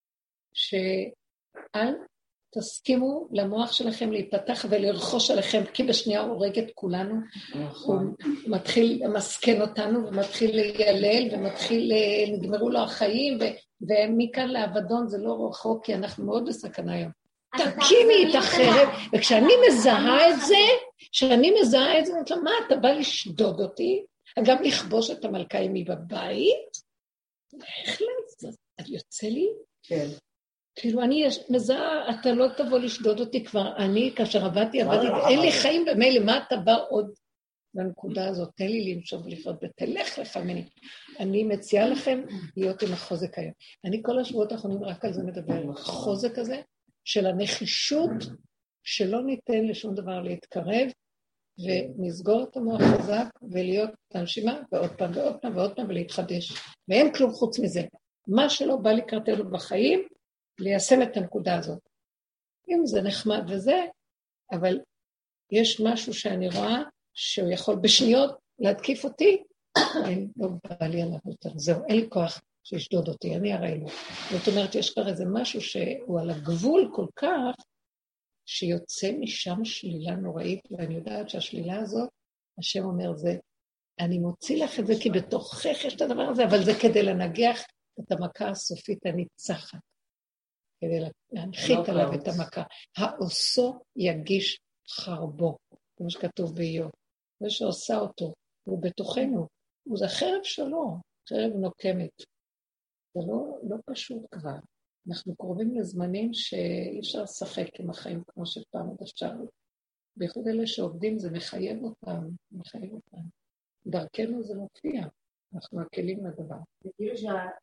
שאל תסכימו למוח שלכם להיפתח ולרחוש עליכם, כי בשנייה הוא הורג את כולנו, הוא מתחיל למסכן אותנו, ומתחיל להילל, נגמרו לו החיים, ומכאן לאבדון זה לא רחוק, כי אנחנו מאוד בסכנה היום. תקימי את החרב, וכשאני מזהה את זה, אני אומרת, מה, אתה בא לשדוד אותי? גם לכבוש את המלכה עמי בבית? איך לזה? את יוצא לי? כן. כאילו אני מזהה, אתה לא תבוא לשדוד אותי כבר, אני כאשר עבדתי, אין לי חיים במילא, מה אתה בא עוד בנקודה הזאת? תן לי למשוך ולפעוד, ותלך לך ממני. אני מציעה לכם להיות עם החוזק היום. אני כל השבועות האחרונים רק על זה מדבר, החוזק הזה, של הנחישות שלא ניתן לשום דבר להתקרב, ונסגור את המוח חזק, ולהיות הנשימה, ועוד פעם ועוד פעם ועוד פעם, ולהתחדש. ואין כלום חוץ מזה. מה שלא בא לקראתנו בחיים, ליישם את הנקודה הזאת. אם זה נחמד וזה, אבל יש משהו שאני רואה, שהוא יכול בשניות להתקיף אותי, אני לא בא לי עליו יותר. זהו, אין לי כוח. שישדוד אותי, אני הרי לא. זאת אומרת, יש כבר איזה משהו שהוא על הגבול כל כך, שיוצא משם שלילה נוראית, ואני יודעת שהשלילה הזאת, השם אומר, אני מוציא לך את זה, כי בתוכך יש את הדבר הזה, אבל זה כדי לנגח את המכה הסופית הניצחת, כדי להנחית עליו את המכה. העושו יגיש חרבו, כמו שכתוב באיוב, זה שעושה אותו, הוא בתוכנו, זה חרב שלו, חרב נוקמת. זה לא פשוט כבר. אנחנו קרובים לזמנים שאי אפשר לשחק עם החיים כמו שפעם עוד אפשר. בייחוד אלה שעובדים זה מחייב אותם. דרכנו זה מופיע. אנחנו הכלים לדבר. זה כאילו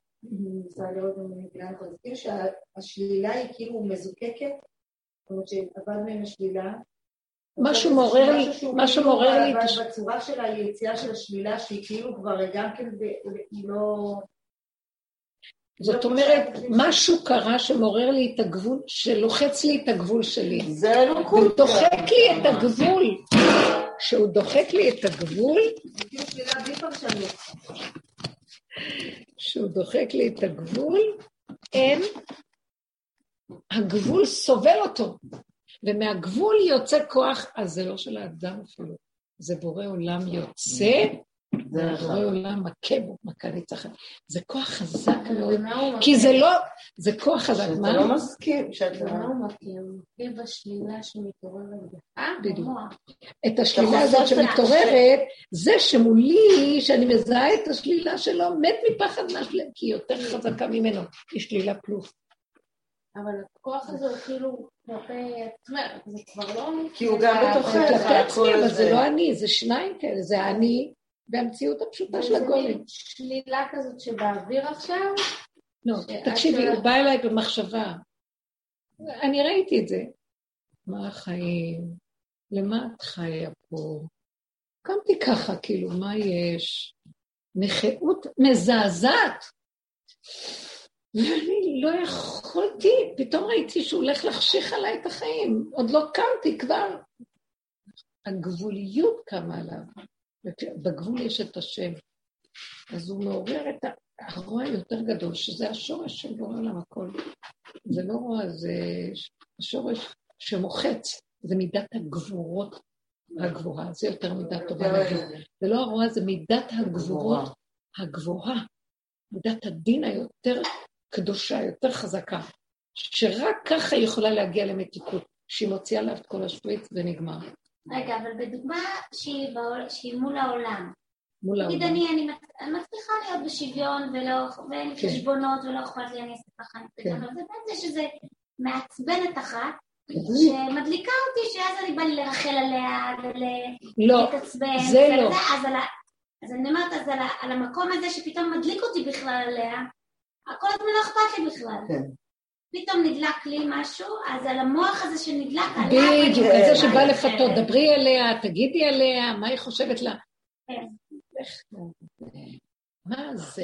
שהשלילה היא כאילו מזוקקת, זאת אומרת שעבד מהם השלילה. משהו מעורר לי. בצורה של היציאה של השלילה שהיא כאילו כבר גם כן היא לא... זאת אומרת, משהו קרה שמעורר לי את הגבול, שלוחץ לי את הגבול שלי. זה לא כל כך. הוא דוחק לי את הגבול. שהוא דוחק לי את הגבול, שהוא דוחק לי את הגבול, הגבול סובל אותו. ומהגבול יוצא כוח, אז זה לא של האדם אפילו, זה בורא עולם יוצא, בורא עולם מכה בו, מכה ניצחת. זה כוח חזק מאוד, כי זה לא, זה כוח חזק. שאתה לא מסכים, שאתה לא מכה בשלילה שמתעוררת בך. בדיוק. את השלילה הזאת שמתעוררת, זה שמולי, שאני מזהה את השלילה שלו, מת מפחד מהשלילה, כי היא יותר חזקה ממנו, היא שלילה פלוס. אבל הכוח הזה הוא כאילו כלפי עצמך, זה כבר לא... כי הוא גם בתוכך. כלפי עצמי, אבל זה לא אני, זה שניים כאלה, זה אני במציאות הפשוטה של הגולם. שלילה כזאת שבאוויר עכשיו? לא, תקשיבי, הוא בא אליי במחשבה. אני ראיתי את זה. מה החיים? למה את חיה פה? קמתי ככה, כאילו, מה יש? נחירות מזעזעת. ואני לא יכולתי, פתאום ראיתי שהוא הולך להחשיך עליי את החיים. עוד לא קמתי כבר. הגבוליות קמה עליו. בגבול יש את השם. אז הוא מעורר את הרוע יותר גדול, שזה השורש של בורא עולם הכל. זה לא רוע, זה השורש שמוחץ. זה מידת הגבורות הגבוהה. זה יותר מידת טובה. זה לא הרוע, זה מידת הגבורות הגבוהה. מידת הדין היותר קדושה, יותר חזקה. שרק ככה היא יכולה להגיע למתיקות. שהיא מוציאה לה את כל השפריץ ונגמר. רגע, אבל בדוגמה שהיא מול העולם. מול העולם. תגיד, אני מצליחה להיות בשוויון ואין לי חשבונות ולא אכפת לי, אני אעשה ככה. אבל זה בעצם שזה מעצבנת אחת, שמדליקה אותי, שאז אני באה לי לרחל עליה ולהתעצבן. לא, זה לא. אז אני אומרת, אז על המקום הזה שפתאום מדליק אותי בכלל עליה, הכל הזמן לא אכפת לי בכלל. פתאום נדלק לי משהו, אז על המוח הזה שנדלק עליה... בדיוק, זה שבא לפתות, דברי עליה, תגידי עליה, מה היא חושבת לה? מה זה?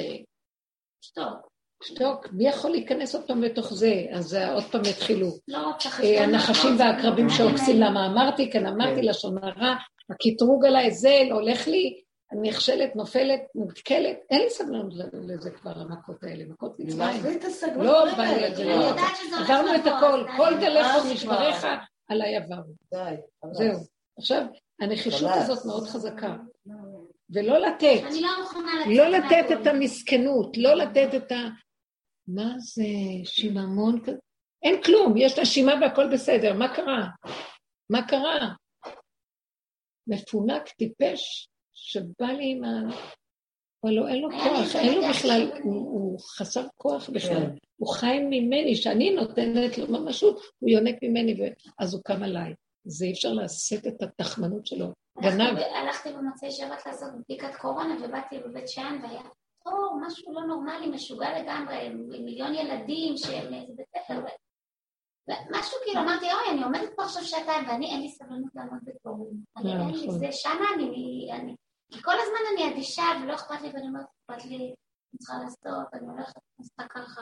שתוק, מי יכול להיכנס עוד פעם בתוך זה? אז עוד פעם התחילו. הנחשים והקרבים שעוקסים למה אמרתי, כאן אמרתי לשון הרע, הקטרוג עליי, זה הולך לי, אני נכשלת, נופלת, מותקלת, אין לי סבלנות לזה כבר, המכות האלה, מכות מצרים. לא, עברנו את הכל, כל טלפון משבריך עליי עברנו. זהו. עכשיו, הנחישות הזאת מאוד חזקה. ולא לתת, לא לתת את המסכנות, לא לתת את ה... מה זה, שיממון כזה? אין כלום, יש לה שימה והכל בסדר, מה קרה? מה קרה? מפונק, טיפש, שבא לי עם ה... אבל לא, אין לו כוח, אין לו בכלל, הוא חסר כוח בכלל, הוא חי ממני, שאני נותנת לו ממשות, הוא יונק ממני, אז הוא קם עליי. זה אי אפשר לעשות את התחמנות שלו. גנב. הלכתי במוצאי שבת לעשות בדיקת קורונה, ובאתי בבית שאן, והיה משהו לא נורמלי, משוגע לגמרי, מיליון ילדים שהם איזה בית ספר, משהו כאילו, אמרתי, אוי, אני עומדת פה עכשיו שעתיים, ואני אין לי סבלנות לעמוד בתורים. זה שמה, כי כל הזמן אני אדישה, ולא אכפת לי, ואני אומרת, אכפת לי, אני צריכה לעשות, אני הולכת לעשות ככה,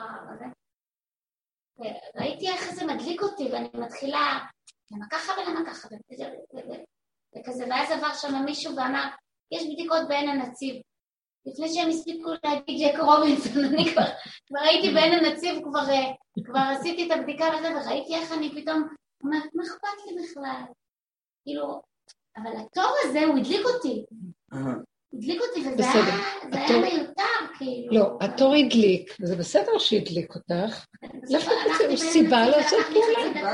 ראיתי איך זה מדליק אותי, ואני מתחילה, למה ככה ולמה ככה, וכזה, ואז עבר שם מישהו ואמר, יש בדיקות בעין הנציב, לפני שהם הספיקו להגיד ג'ק רובינסון, אני כבר ראיתי בעין הנציב, כבר עשיתי את הבדיקה וזה, וראיתי איך אני פתאום אומרת, מה אכפת לי בכלל? כאילו, אבל התור הזה, הוא הדליק אותי. הדליק אותי, וזה היה מיותר, כאילו. לא, התור הדליק, וזה בסדר שהדליק אותך. הוא סיבה לעשות פעולה.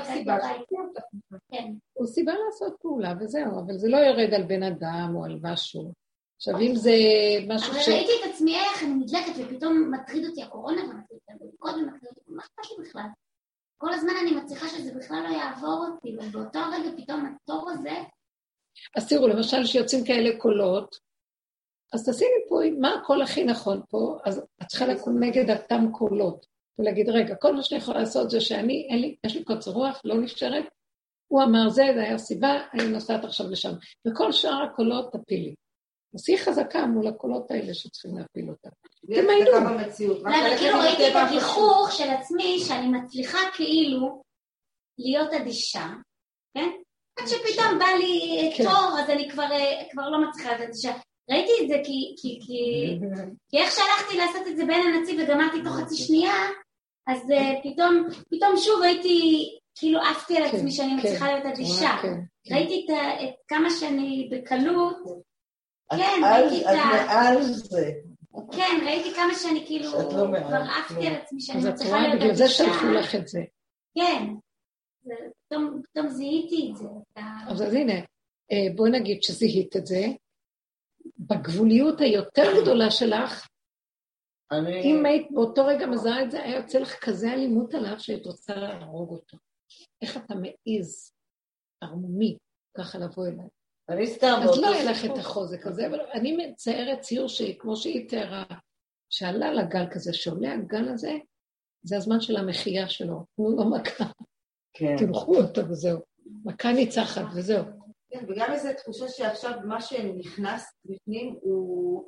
הוא סיבה לעשות פעולה, וזהו, אבל זה לא יורד על בן אדם או על משהו. עכשיו, אם זה משהו אבל ראיתי את עצמי איך אני מדלקת, ופתאום מטריד אותי הקורונה, ומטריד אותי, מה אכפת לי בכלל? כל הזמן אני מצליחה שזה בכלל לא יעבור אותי, ובאותו רגע פתאום התור הזה... אז תראו, למשל שיוצאים כאלה קולות, אז תשימי פה, מה הקול הכי נכון פה? אז את צריכה לקום נגד אותם קולות, ולהגיד, רגע, כל מה שאני יכולה לעשות זה שאני, יש לי קוצר רוח, לא נשארת, הוא אמר זה היה סיבה, אני נוסעת עכשיו לשם, וכל שאר הקולות תפילי. אז היא חזקה מול הקולות האלה שצריכים להפיל אותה. למה כאילו ראיתי את הגיחוך של עצמי, שאני מצליחה כאילו להיות אדישה, כן? עד שפתאום בא לי תור, אז אני כבר לא מצליחה להיות אדישה. ראיתי את זה כי איך שהלכתי לעשות את זה בין הנציב וגמרתי תוך חצי שנייה, אז פתאום שוב הייתי כאילו עפתי על עצמי שאני מצליחה להיות אדישה. ראיתי את כמה שאני בקלות, כן, ראיתי את מעל זה. כן, ראיתי כמה שאני כאילו, כבר עפתי על עצמי שאני מצליחה להיות אדישה. בגלל זה שלחו לך את זה. כן, פתאום זיהיתי את זה. אז הנה, בואי נגיד שזיהית את זה, בגבוליות היותר גדולה שלך, אם היית באותו רגע מזהה את זה, היה יוצא לך כזה אלימות עליו שהיית רוצה להרוג אותו. איך אתה מעיז, ערמומי, ככה לבוא אליי. אז לא היה לך את החוזק הזה, אבל אני מציירת ציור שכמו שהיא תיארה, שעלה לגל כזה, שעולה הגל הזה, זה הזמן של המחייה שלו, הוא לא מכה. תלכו אותו וזהו. מכה ניצחת וזהו. כן, וגם איזו תחושה שעכשיו מה שנכנס בפנים הוא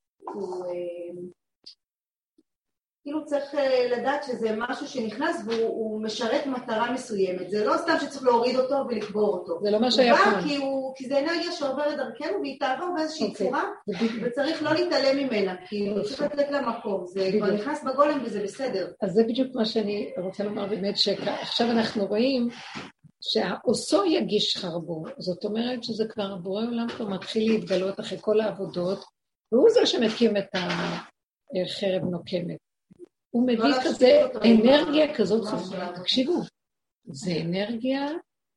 כאילו צריך לדעת שזה משהו שנכנס והוא משרת מטרה מסוימת. זה לא סתם שצריך להוריד אותו ולקבור אותו. זה לא מה שהיה פעם. כי זה אנרגיה שעוברת דרכנו והיא תעבור באיזושהי צורה, וצריך לא להתעלם ממנה, כי צריך לתת לה מקום. זה כבר נכנס בגולם וזה בסדר. אז זה בדיוק מה שאני רוצה לומר באמת, שעכשיו אנחנו רואים שהעושו יגיש חרבו. זאת אומרת שזה כבר בורא עולם כבר מתחיל להתגלות אחרי כל העבודות, והוא זה שמקים את החרב נוקמת. הוא מביא כזה אנרגיה כזאת חפרה. תקשיבו, זה אנרגיה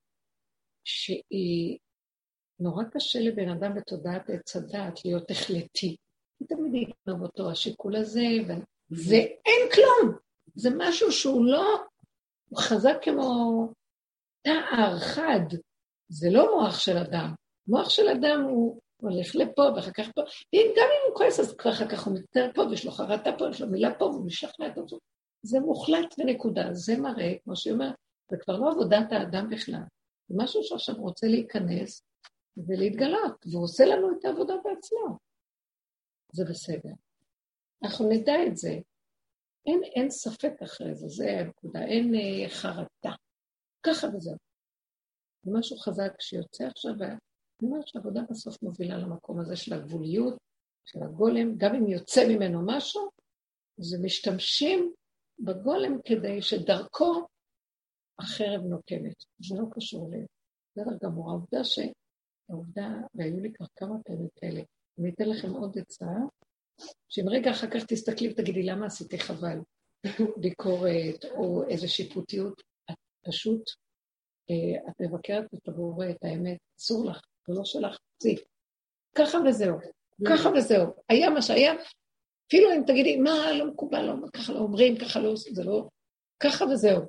שהיא נורא קשה לבן אדם בתודעת עץ הדעת להיות החלטי. היא תמיד יקנוב אותו, השיקול הזה, זה אין כלום. זה משהו שהוא לא, הוא חזק כמו תער חד. זה לא מוח של אדם. מוח של אדם הוא הולך לפה ואחר כך פה, גם אם הוא כועס אז אחר כך הוא מתאר פה ויש לו חרטה פה, יש לו מילה פה והוא משכנע את אותו. זה מוחלט ונקודה, זה מראה, כמו שהיא אומרת, זה כבר לא עבודת האדם בכלל. זה משהו שעכשיו רוצה להיכנס ולהתגלות, והוא עושה לנו את העבודה בעצמו. זה בסדר. אנחנו נדע את זה. אין ספק אחרי זה, זה הנקודה, אין חרטה. ככה וזהו. זה משהו חזק שיוצא עכשיו, אני אומרת שהעבודה בסוף מובילה למקום הזה של הגבוליות, של הגולם, גם אם יוצא ממנו משהו, זה משתמשים בגולם כדי שדרכו החרב נוקמת. זה לא קשור לי. זה גמור, העובדה, והיו לי כבר כמה פעמים כאלה, אני אתן לכם עוד עצה, שאם רגע אחר כך תסתכלי ותגידי למה עשיתי חבל, ביקורת או איזו שיפוטיות, את פשוט, את מבקרת ותבור את האמת, אסור לך, זה לא שלך, ציף. ככה וזהו, ככה וזהו. היה מה שהיה, אפילו אם תגידי, מה, לא מקובל, לא, ככה לא אומרים, ככה לא עושים, זה לא, ככה וזהו.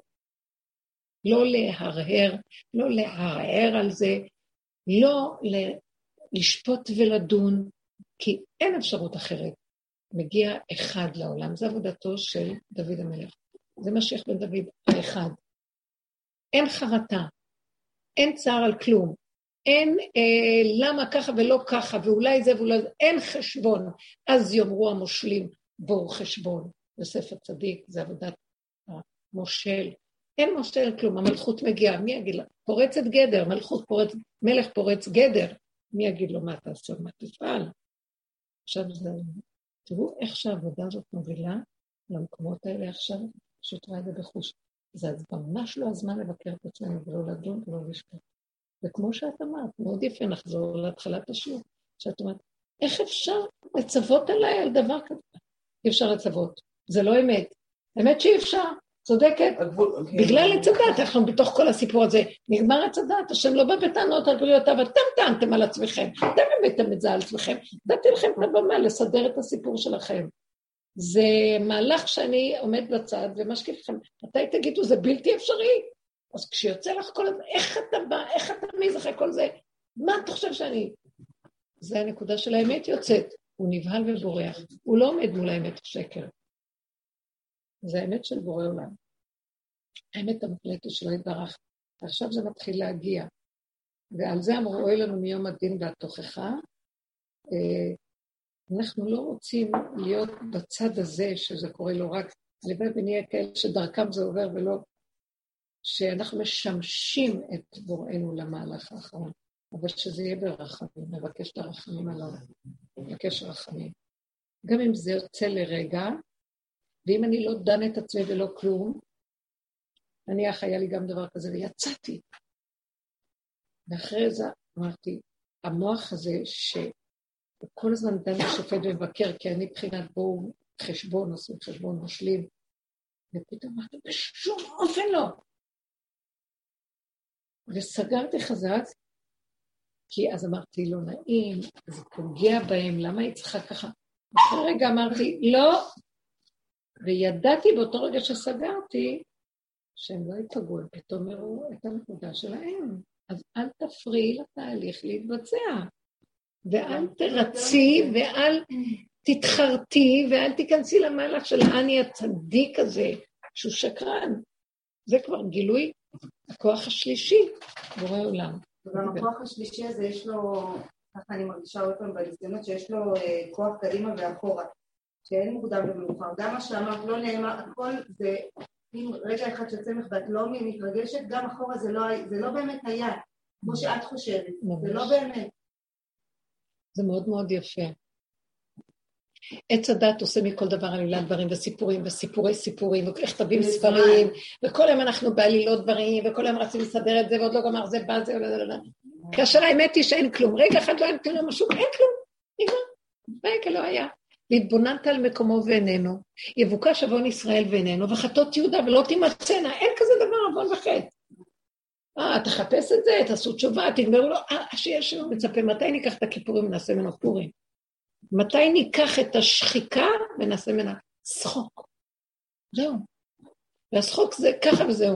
לא להרהר, לא להרהר על זה, לא לשפוט ולדון, כי אין אפשרות אחרת. מגיע אחד לעולם, זה עבודתו של דוד המלך. זה משיח בן דוד האחד. אין חרטה, אין צער על כלום, אין למה ככה ולא ככה, ואולי זה ואולי זה, אין חשבון. אז יאמרו המושלים, בור חשבון. יוסף הצדיק, זה עבודת המושל. אין מושל על כלום, המלכות מגיעה, מי יגיד לה? פורצת גדר, מלך פורץ גדר, מי יגיד לו מה תעשה, מה תפעל? עכשיו זה, תראו איך שהעבודה הזאת מובילה למקומות האלה עכשיו, פשוט רואה את זה בחוש. זה ממש לא הזמן לבקר את עצמנו ולא לדון ולא לשפוט. וכמו שאת אמרת, מאוד יפה נחזור להתחלת השיעור, שאת אומרת, איך אפשר לצוות עליי על דבר כזה? אי אפשר לצוות, זה לא אמת. אמת שאי אפשר, צודקת. בגלל הצדת, אנחנו בתוך כל הסיפור הזה, נגמר הצדת, השם לא בא בטענות על בריאותיו, אתם טענתם על עצמכם, אתם הבאתם את זה על עצמכם, נתתי לכם את הבמה לסדר את הסיפור שלכם. זה מהלך שאני עומד בצד ומשקיף לכם, מתי תגידו, זה בלתי אפשרי? אז כשיוצא לך כל הזה, איך אתה בא, איך אתה מעיז אחרי כל זה? מה אתה חושב שאני? זה הנקודה של האמת יוצאת, הוא נבהל ובורח, הוא לא עומד מול האמת השקר. זה האמת של בורא עולם. האמת המוחלטת שלא יתברך. עכשיו זה מתחיל להגיע. ועל זה אמרו לנו מיום הדין והתוכחה, אנחנו לא רוצים להיות בצד הזה שזה קורה לו רק, הלוואי ונהיה כאלה שדרכם זה עובר ולא, שאנחנו משמשים את בוראנו למהלך האחרון, אבל שזה יהיה ברחמים, נבקש את הרחמים עליו, נבקש רחמים. גם אם זה יוצא לרגע, ואם אני לא דן את עצמי ולא כלום, נניח היה לי גם דבר כזה, ויצאתי. ואחרי זה אמרתי, המוח הזה שכל הזמן דן לשופט ומבקר, כי אני מבחינת בואו חשבון, עושים חשבון מושלים, ופתאום אמרתי, בשום אופן לא. וסגרתי חזק, כי אז אמרתי, לא נעים, זה פוגע בהם, למה היא צריכה ככה? אחרי רגע אמרתי, לא, וידעתי באותו רגע שסגרתי, שהם לא ייפגעו, הם פתאום יראו את הנקודה שלהם. אז אל תפריעי לתהליך להתבצע, ואל תרצי, ואל תתחרתי, ואל תיכנסי למהלך של אני הצדיק הזה, שהוא שקרן. זה כבר גילוי הכוח השלישי, בורא עולם. וגם הכוח השלישי הזה יש לו, ככה אני מרגישה עוד פעם בניסיונות, שיש לו כוח קדימה ואחורה, שאין מוקדם ומאוחר. גם מה שאמרת לא נאמר, הכל זה, אם רגע אחד שיוצא ממך ואת לא מתרגשת, גם אחורה זה לא באמת היה, כמו שאת חושבת, זה לא באמת. זה מאוד מאוד יפה. עץ הדת עושה מכל דבר עלילת דברים וסיפורים וסיפורי סיפורים, וכתבים ספרים, וכל יום אנחנו בעלילות דברים, וכל יום רצים לסדר את זה, ועוד לא גמר זה בא זה, כאשר האמת היא שאין כלום, רגע אחד לא אין כלום, משהו, אין כלום, נגמר, רגע לא היה. להתבוננת על מקומו ואיננו, יבוקש עוון ישראל ואיננו, וחטאות יהודה ולא תימצאנה, אין כזה דבר עוון וחטא. תחפש את זה, תעשו תשובה, תגמרו לו, שיש לנו מצפה, מתי ניקח את הכיפורים ונעשה ממנו פורים? מתי ניקח את השחיקה ונעשה ממנה שחוק? זהו. והשחוק זה ככה וזהו.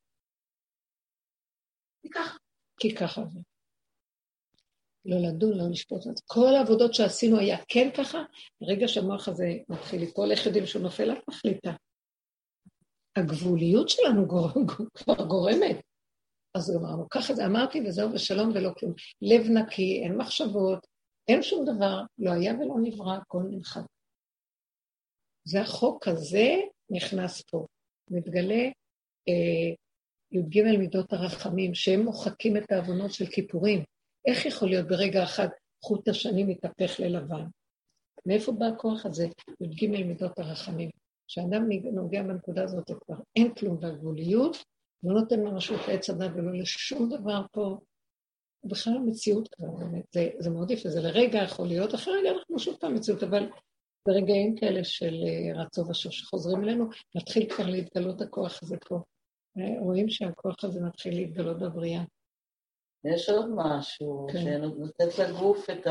כי ככה זה. לא לדון, לא לשפוט. כל העבודות שעשינו היה כן ככה, ברגע שהמוח הזה מתחיל ליפול, איך יודעים שהוא נופל, את מחליטה. הגבוליות שלנו כבר גורמת. אז אמרנו, ככה זה אמרתי וזהו ושלום ולא כלום. לב נקי, אין מחשבות, אין שום דבר, לא היה ולא נברא, הכל נמחק. זה החוק הזה נכנס פה. מתגלה י"ג מידות הרחמים, שהם מוחקים את העוונות של כיפורים. איך יכול להיות ברגע אחד חוט השני מתהפך ללבן? מאיפה בא הכוח הזה? י"ג מידות הרחמים. כשאדם נוגע בנקודה הזאת, כבר אין כלום בגבוליות, לא נותן ממש לעץ הדת ולא לשום דבר פה. בכלל המציאות כבר, באמת, זה מאוד יפה, זה לרגע יכול להיות, אחרי רגע אנחנו שוב פעם מציאות, אבל ברגעים כאלה של רצו ושוב שחוזרים אלינו, מתחיל כבר להתגלות הכוח הזה פה. רואים שהכוח הזה מתחיל להתגלות בבריאה. יש עוד משהו, שנותנת לגוף את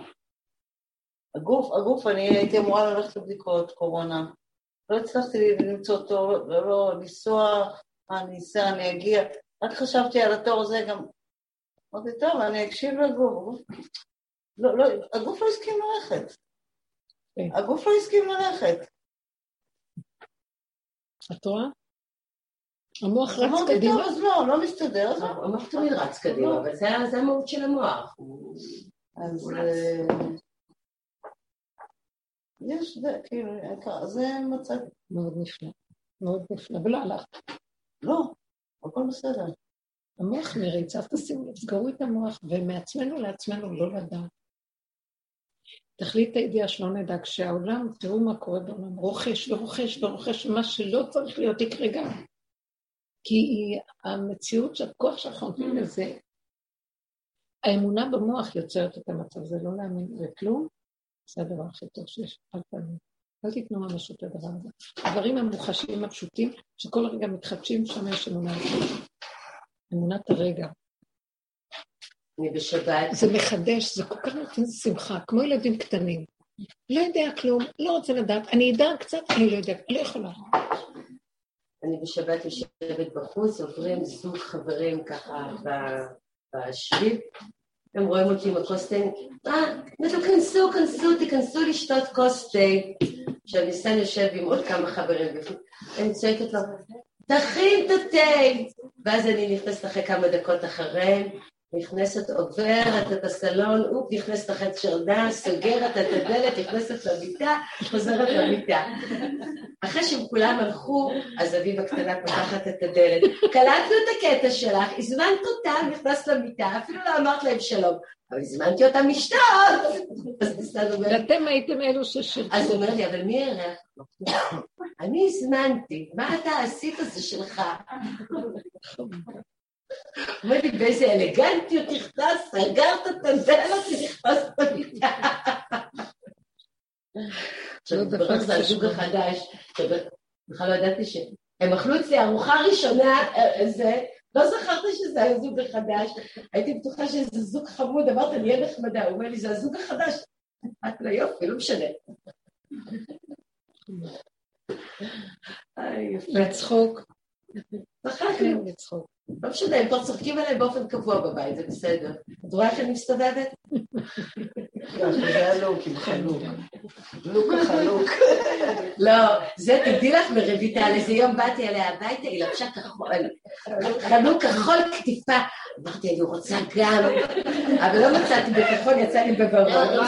הגוף, אני הייתי אמורה ללכת לבדיקות קורונה, לא הצלחתי למצוא אותו, לא לנסוע, אני אגיע, רק חשבתי על התור הזה גם, אמרתי, טוב, אני אקשיב לגוף. לא, הגוף לא הסכים ללכת. הגוף לא הסכים ללכת. את רואה? המוח רץ קדימה. טוב, אז לא מסתדר. המוח תמיד רץ קדימה, אבל זה המהות של המוח. אז יש, כאילו, זה מצב. מאוד נפלא. מאוד נפלא, ולא הלכת. לא, הכל בסדר. המוח מריצה, תשימו, סגרו את המוח, ומעצמנו לעצמנו לא לדעת. תחליט הידיעה שלא נדע, כשהעולם, תראו מה קורה בעולם, רוכש ורוכש ורוכש, מה שלא צריך להיות יקרה גם. כי המציאות שהכוח שאנחנו נותנים לזה, האמונה במוח יוצרת את המצב, זה לא להאמין לכלום, זה הדבר הכי טוב שיש, אל תתנו ממש את הדבר הזה. הדברים המוחשיים הפשוטים, שכל הרגע מתחדשים, שם יש אמונה. אמונת הרגע. אני בשבת. זה מחדש, זה כל כך נותן שמחה, כמו ילדים קטנים. לא יודע כלום, לא רוצה לדעת, אני אדע קצת, אני לא יודע, לא יכולה. אני בשבת יושבת בחוץ, עוברים זוג חברים ככה בשביב, הם רואים אותי עם הכוס תה, תיכנסו לשתות כוס תה. עכשיו ניסן יושב עם עוד כמה חברים, אני צועקת לו, תכין את התה, ואז אני נכנסת אחרי כמה דקות אחריהם, נכנסת, עוברת את הסלון, נכנסת אחרי שרדה, סוגרת את הדלת, נכנסת למיטה, חוזרת למיטה. אחרי שהם כולם הלכו, אז אביב הקטנה פתחת את הדלת. קלטנו את הקטע שלך, הזמנת אותם, נכנסת למיטה, אפילו לא אמרת להם שלום, אבל הזמנתי אותם משתות. אז ניסן אומר... ואתם הייתם אלו ששירתו. אז הוא אומר לי, אבל מי ירח? אני הזמנתי, מה אתה עשית זה שלך? אומר לי, באיזה אלגנטיות נכנס, סגרת את הדלת ונכנסת במיטה. עכשיו, ברק זה הזוג החדש, בכלל לא ידעתי שהם אכלו אצלי ארוחה ראשונה, לא זכרתי שזה הזוג החדש, הייתי בטוחה שזה זוג חמוד, אמרת, אני אהיה נחמדה, הוא אומר לי, זה הזוג החדש, את ליופי, לא משנה. לצחוק. צחקנו. לצחוק. לא משנה, הם כבר צוחקים עליהם באופן קבוע בבית, זה בסדר. את רואה איך אני מסתובבת? זה הלוק, עם חלוק. לוק החלוק. לא, זה תדעי לך מרויטל, איזה יום באתי עליה הביתה, היא לבשה כחול, חלוק כחול כתיפה. אמרתי, אני רוצה גם, אבל לא מצאתי בכחול, יצא לי בברור.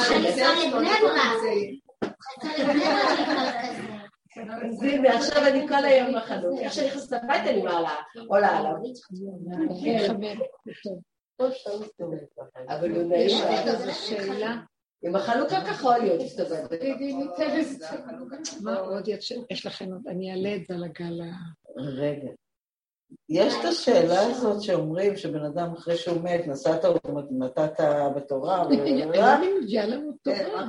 אז הנה, עכשיו אני כל היום בחלוק. איך שאני נכנסת הביתה אני מעלה, עולה עליו. אבל הוא נעים. יש איזו שאלה. עם החלוק הכחול להיות מסתובבת. מה עוד יש לכם? אני אעלה את זה על הגל. רגע. יש את השאלה הזאת שאומרים שבן אדם אחרי שהוא מת, נסעת אותו, נתת בתורה, אני מביאה לנו תורה.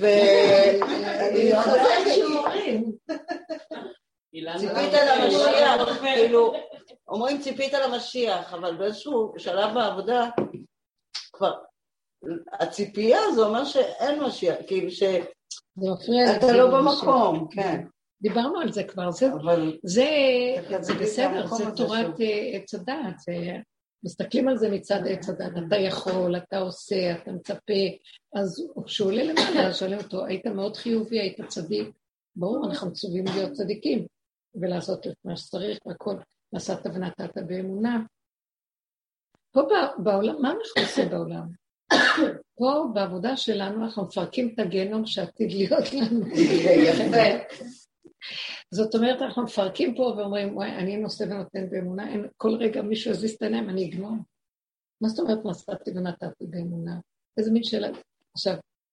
ואני חוזרת שאומרים. ציפית למשיח, כאילו, אומרים ציפית למשיח, אבל באיזשהו שלב בעבודה, כבר, הציפייה זה אומר שאין משיח, כאילו שאתה לא במקום, כן. דיברנו על זה כבר, זה בסדר, זה תורת עץ הדעת, מסתכלים על זה מצד עץ הדעת, אתה יכול, אתה עושה, אתה מצפה, אז כשהוא עולה למעלה, שואלים אותו, היית מאוד חיובי, היית צדיק, ברור, אנחנו מצווים להיות צדיקים, ולעשות את מה שצריך, והכל, נסעת ונתת באמונה. פה בעולם, מה אנחנו עושים בעולם? פה בעבודה שלנו, אנחנו מפרקים את הגנום שעתיד להיות לנו. יפה. זאת אומרת, אנחנו מפרקים פה ואומרים, וואי, אני נושא ונותן באמונה, כל רגע מישהו יזיז את העיניים, אני אגמור. מה זאת אומרת, נסעתי ונתתי באמונה? איזה מין שאלה. עכשיו,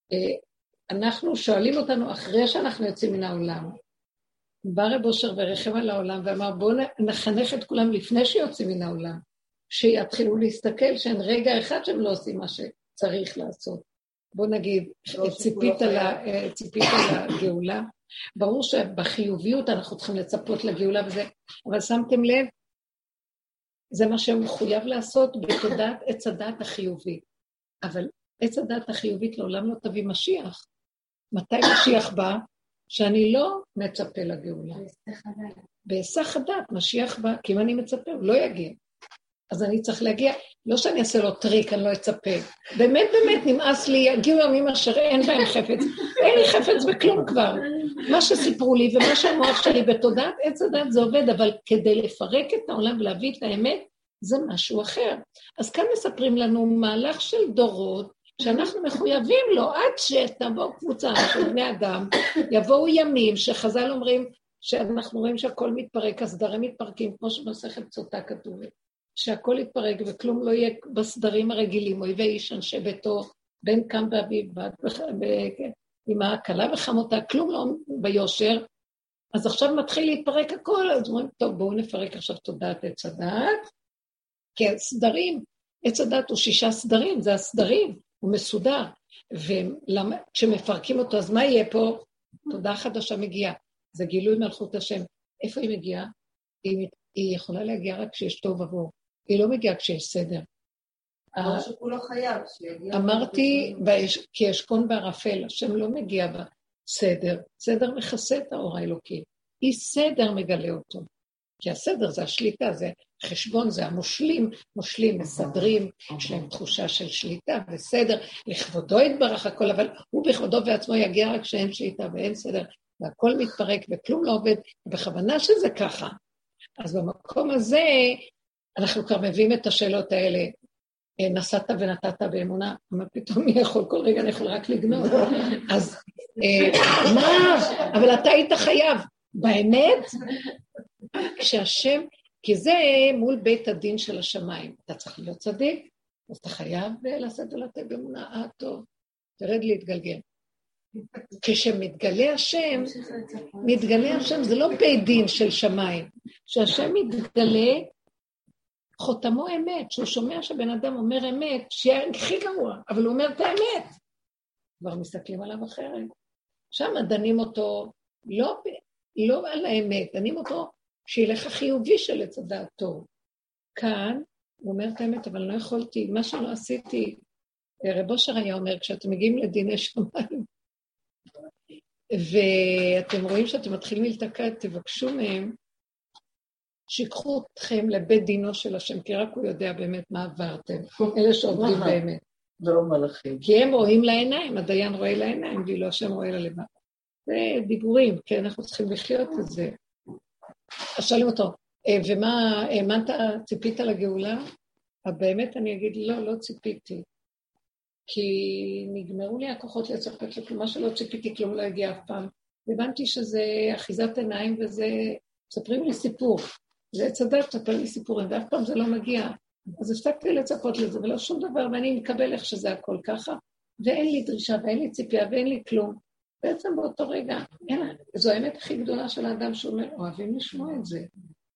אנחנו שואלים אותנו אחרי שאנחנו יוצאים מן העולם. בא רב אושר ורחם על העולם ואמר, בואו נחנך את כולם לפני שיוצאים מן העולם, שיתחילו להסתכל שאין רגע אחד שהם לא עושים מה שצריך לעשות. בואו נגיד, ציפית על הגאולה. ברור שבחיוביות אנחנו צריכים לצפות לגאולה וזה, אבל שמתם לב, זה מה שהוא מחויב לעשות בתודעת עץ הדת החיובי. אבל עץ הדת החיובית לעולם לא תביא משיח. מתי משיח בא? שאני לא מצפה לגאולה. בהיסח הדת, משיח בא, כי אם אני מצפה, הוא לא יגיע. אז אני צריך להגיע, לא שאני אעשה לו טריק, אני לא אצפה. באמת, נמאס לי, יגיעו ימים אשר אין בהם חפץ. אין לי חפץ בכלום כבר. מה שסיפרו לי ומה שהמוח שלי בתודעת עץ הדת זה עובד, אבל כדי לפרק את העולם ולהביא את האמת, זה משהו אחר. אז כאן מספרים לנו מהלך של דורות, שאנחנו מחויבים לו, עד שתבוא קבוצה של בני אדם, יבואו ימים שחז"ל אומרים, שאנחנו רואים שהכל מתפרק, הסדרים מתפרקים, כמו שבמסכת סוטה כתוב, שהכל יתפרק וכלום לא יהיה בסדרים הרגילים, אויבי איש אנשי ביתו, בן קם באביב, עם הכלה וחמותה, כלום לא ביושר, אז עכשיו מתחיל להתפרק הכל, אז אומרים, טוב, בואו נפרק עכשיו תודעת עץ הדעת, כי הסדרים, עץ הדעת הוא 6 סדרים, זה הסדרים, הוא מסודר, וכשמפרקים אותו, אז מה יהיה פה? תודה חדשה מגיעה, זה גילוי מלכות השם. איפה היא מגיעה? היא יכולה להגיע רק כשיש טוב עבור, היא לא מגיעה כשיש סדר. כמו שכולו חייב, אמרתי, כי ישכון בערפל, השם לא מגיע בסדר, סדר מכסה את האור האלוקי, היא סדר מגלה אותו, כי הסדר זה השליטה, זה חשבון, זה המושלים, מושלים, מסדרים, יש להם תחושה של שליטה וסדר, לכבודו יתברך הכל, אבל הוא בכבודו בעצמו יגיע רק שאין שליטה ואין סדר, והכל מתפרק וכלום לא עובד, בכוונה שזה ככה. אז במקום הזה, אנחנו כבר מביאים את השאלות האלה, נסעת ונתת באמונה, מה פתאום מי יכול, כל רגע אני יכול רק לגנוב. אז מה? אבל אתה היית חייב, באמת? כשהשם, כי זה מול בית הדין של השמיים, אתה צריך להיות צדיק, אז אתה חייב לעשות ולתת באמונה, טוב, תרד להתגלגל. כשמתגלה השם, מתגלה השם זה לא בית דין של שמיים, שהשם מתגלה חותמו אמת, שהוא שומע שבן אדם אומר אמת, שיהיה הכי גרוע, אבל הוא אומר את האמת. כבר מסתכלים עליו אחרת. שם דנים אותו, לא על האמת, דנים אותו שילך החיובי של עץ הדעת טוב. כאן, הוא אומר את האמת, אבל לא יכולתי, מה שלא עשיתי, רב אושר היה אומר, כשאתם מגיעים לדיני שמיים, ואתם רואים שאתם מתחילים להתקע, תבקשו מהם, שיקחו אתכם לבית דינו של השם, כי רק הוא יודע באמת מה עברתם, אלה שעובדים באמת. לא מלאכים. כי הם רואים לעיניים, הדיין רואה לעיניים, ואילו השם רואה ללבד. זה דיבורים, כי אנחנו צריכים לחיות את זה. אז שואלים אותו, ומה, האמנת, ציפית לגאולה? באמת אני אגיד, לא ציפיתי. כי נגמרו לי הכוחות לצפת לכלום, מה שלא ציפיתי כלום לא הגיע אף פעם. והבנתי שזה אחיזת עיניים וזה, ספרים לי סיפור. זה צדק, ספר לי סיפורים, ואף פעם זה לא מגיע. אז הפסקתי לצפות לזה, ולא שום דבר, ואני מקבל איך שזה הכל ככה, ואין לי דרישה, ואין לי ציפייה, ואין לי כלום. בעצם באותו רגע, זו האמת הכי גדולה של האדם שאומר, אוהבים לשמוע את זה.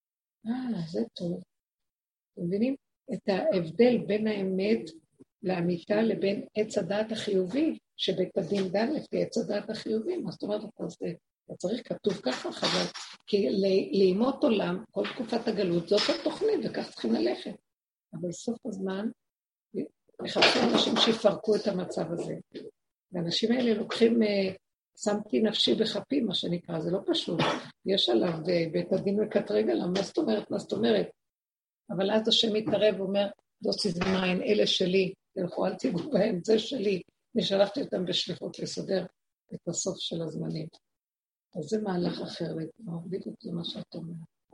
זה טוב. אתם מבינים? את ההבדל בין האמת לאמיתה לבין עץ הדעת החיובי, שבית הדין דן לפי עץ הדעת החיובי. מה זאת אומרת, אתה צריך כתוב ככה חבל, כי לאימות עולם, כל תקופת הגלות, זאת התוכנית, וכך צריכים ללכת. אבל סוף הזמן, מחפשים אנשים שיפרקו את המצב הזה. והאנשים האלה לוקחים, שמתי נפשי בחפים, מה שנקרא, זה לא פשוט. יש עליו בית הדין מקטרג עליו, מה זאת אומרת? אבל אז השם מתערב ואומר, זאת סיזמיים, אלה שלי, תלכו אל תיגעו בהם, זה שלי. נשלחתי אותם בשליחות לסדר את הסוף של הזמנים. אז זה מהלך אחר, בדיוק זה מה שאת אומרת.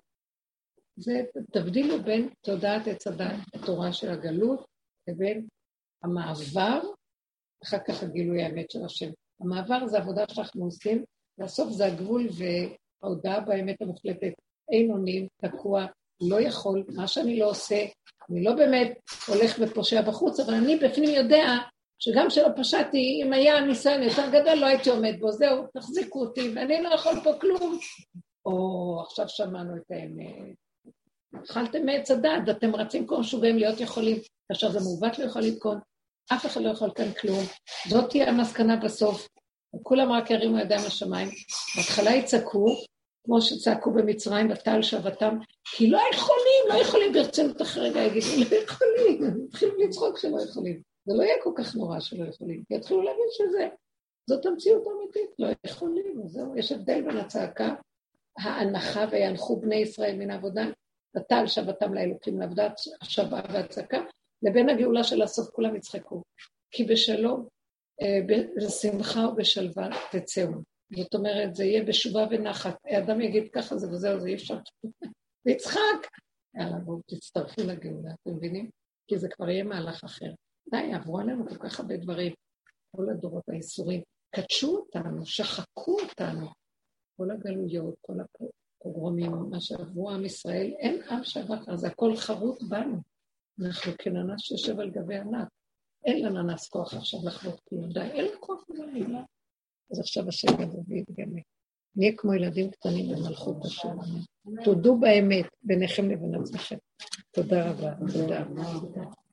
זה תבדילו בין תודעת עץ הדעת, התורה של הגלות, לבין המעבר, אחר כך הגילוי האמת של השם. המעבר זה עבודה שאנחנו עושים, והסוף זה הגבול וההודעה באמת המוחלטת. אין אונים, תקוע, לא יכול, מה שאני לא עושה, אני לא באמת הולך ופושע בחוץ, אבל אני בפנים יודע שגם שלא פשעתי, אם היה ניסיון יותר גדול, לא הייתי עומד בו, זהו, תחזיקו אותי, ואני לא יכול פה כלום. או עכשיו שמענו את האמת. אכלתם מעץ הדעת, אתם רצים כל שוגעים להיות יכולים, כאשר זה מעוות לא יכול לתקון, אף אחד לא יכול כאן כלום, זאת תהיה המסקנה בסוף, וכולם רק ירימו ידיים לשמיים, בהתחלה יצעקו, כמו שצעקו במצרים, בתל שבתם, כי לא יכולים ברצינות אחרי רגע, יגידו, לא יכולים, התחילו לצחוק שלא יכולים, זה לא יהיה כל כך נורא שלא יכולים, כי יתחילו להבין שזה, זאת המציאות האמיתית, לא יכולים, זהו, יש הבדל בין הצעקה, ההנחה וינחו בני ישראל מן העבודה, בתל שבתם לאלוקים לעבודת השבעה והצעקה, לבין הגאולה של הסוף כולם יצחקו, כי בשלום, בשמחה ובשלווה תצאו. זאת אומרת, זה יהיה בשובה ונחת. האדם יגיד ככה זה וזהו, זה אי אפשר. ויצחק! יאללה, בואו תצטרפו לגאולה, אתם מבינים? כי זה כבר יהיה מהלך אחר. די, עברו עלינו כל כך הרבה דברים. כל הדורות האיסורים. קדשו אותנו, שחקו אותנו. כל הגלויות, כל הפוגרומים, מה שעברו עם ישראל, אין עם שעבר, זה הכל חרוט בנו. אנחנו כננס שיושב על גבי ענק. אין לננס כוח עכשיו לחלות כלום. די, אין לו כוח לזה מילה. אז עכשיו השם יבוא ויתגלה. נהיה כמו ילדים קטנים במלכות השם. תודו באמת ביניכם לבין עצמכם. תודה רבה. תודה.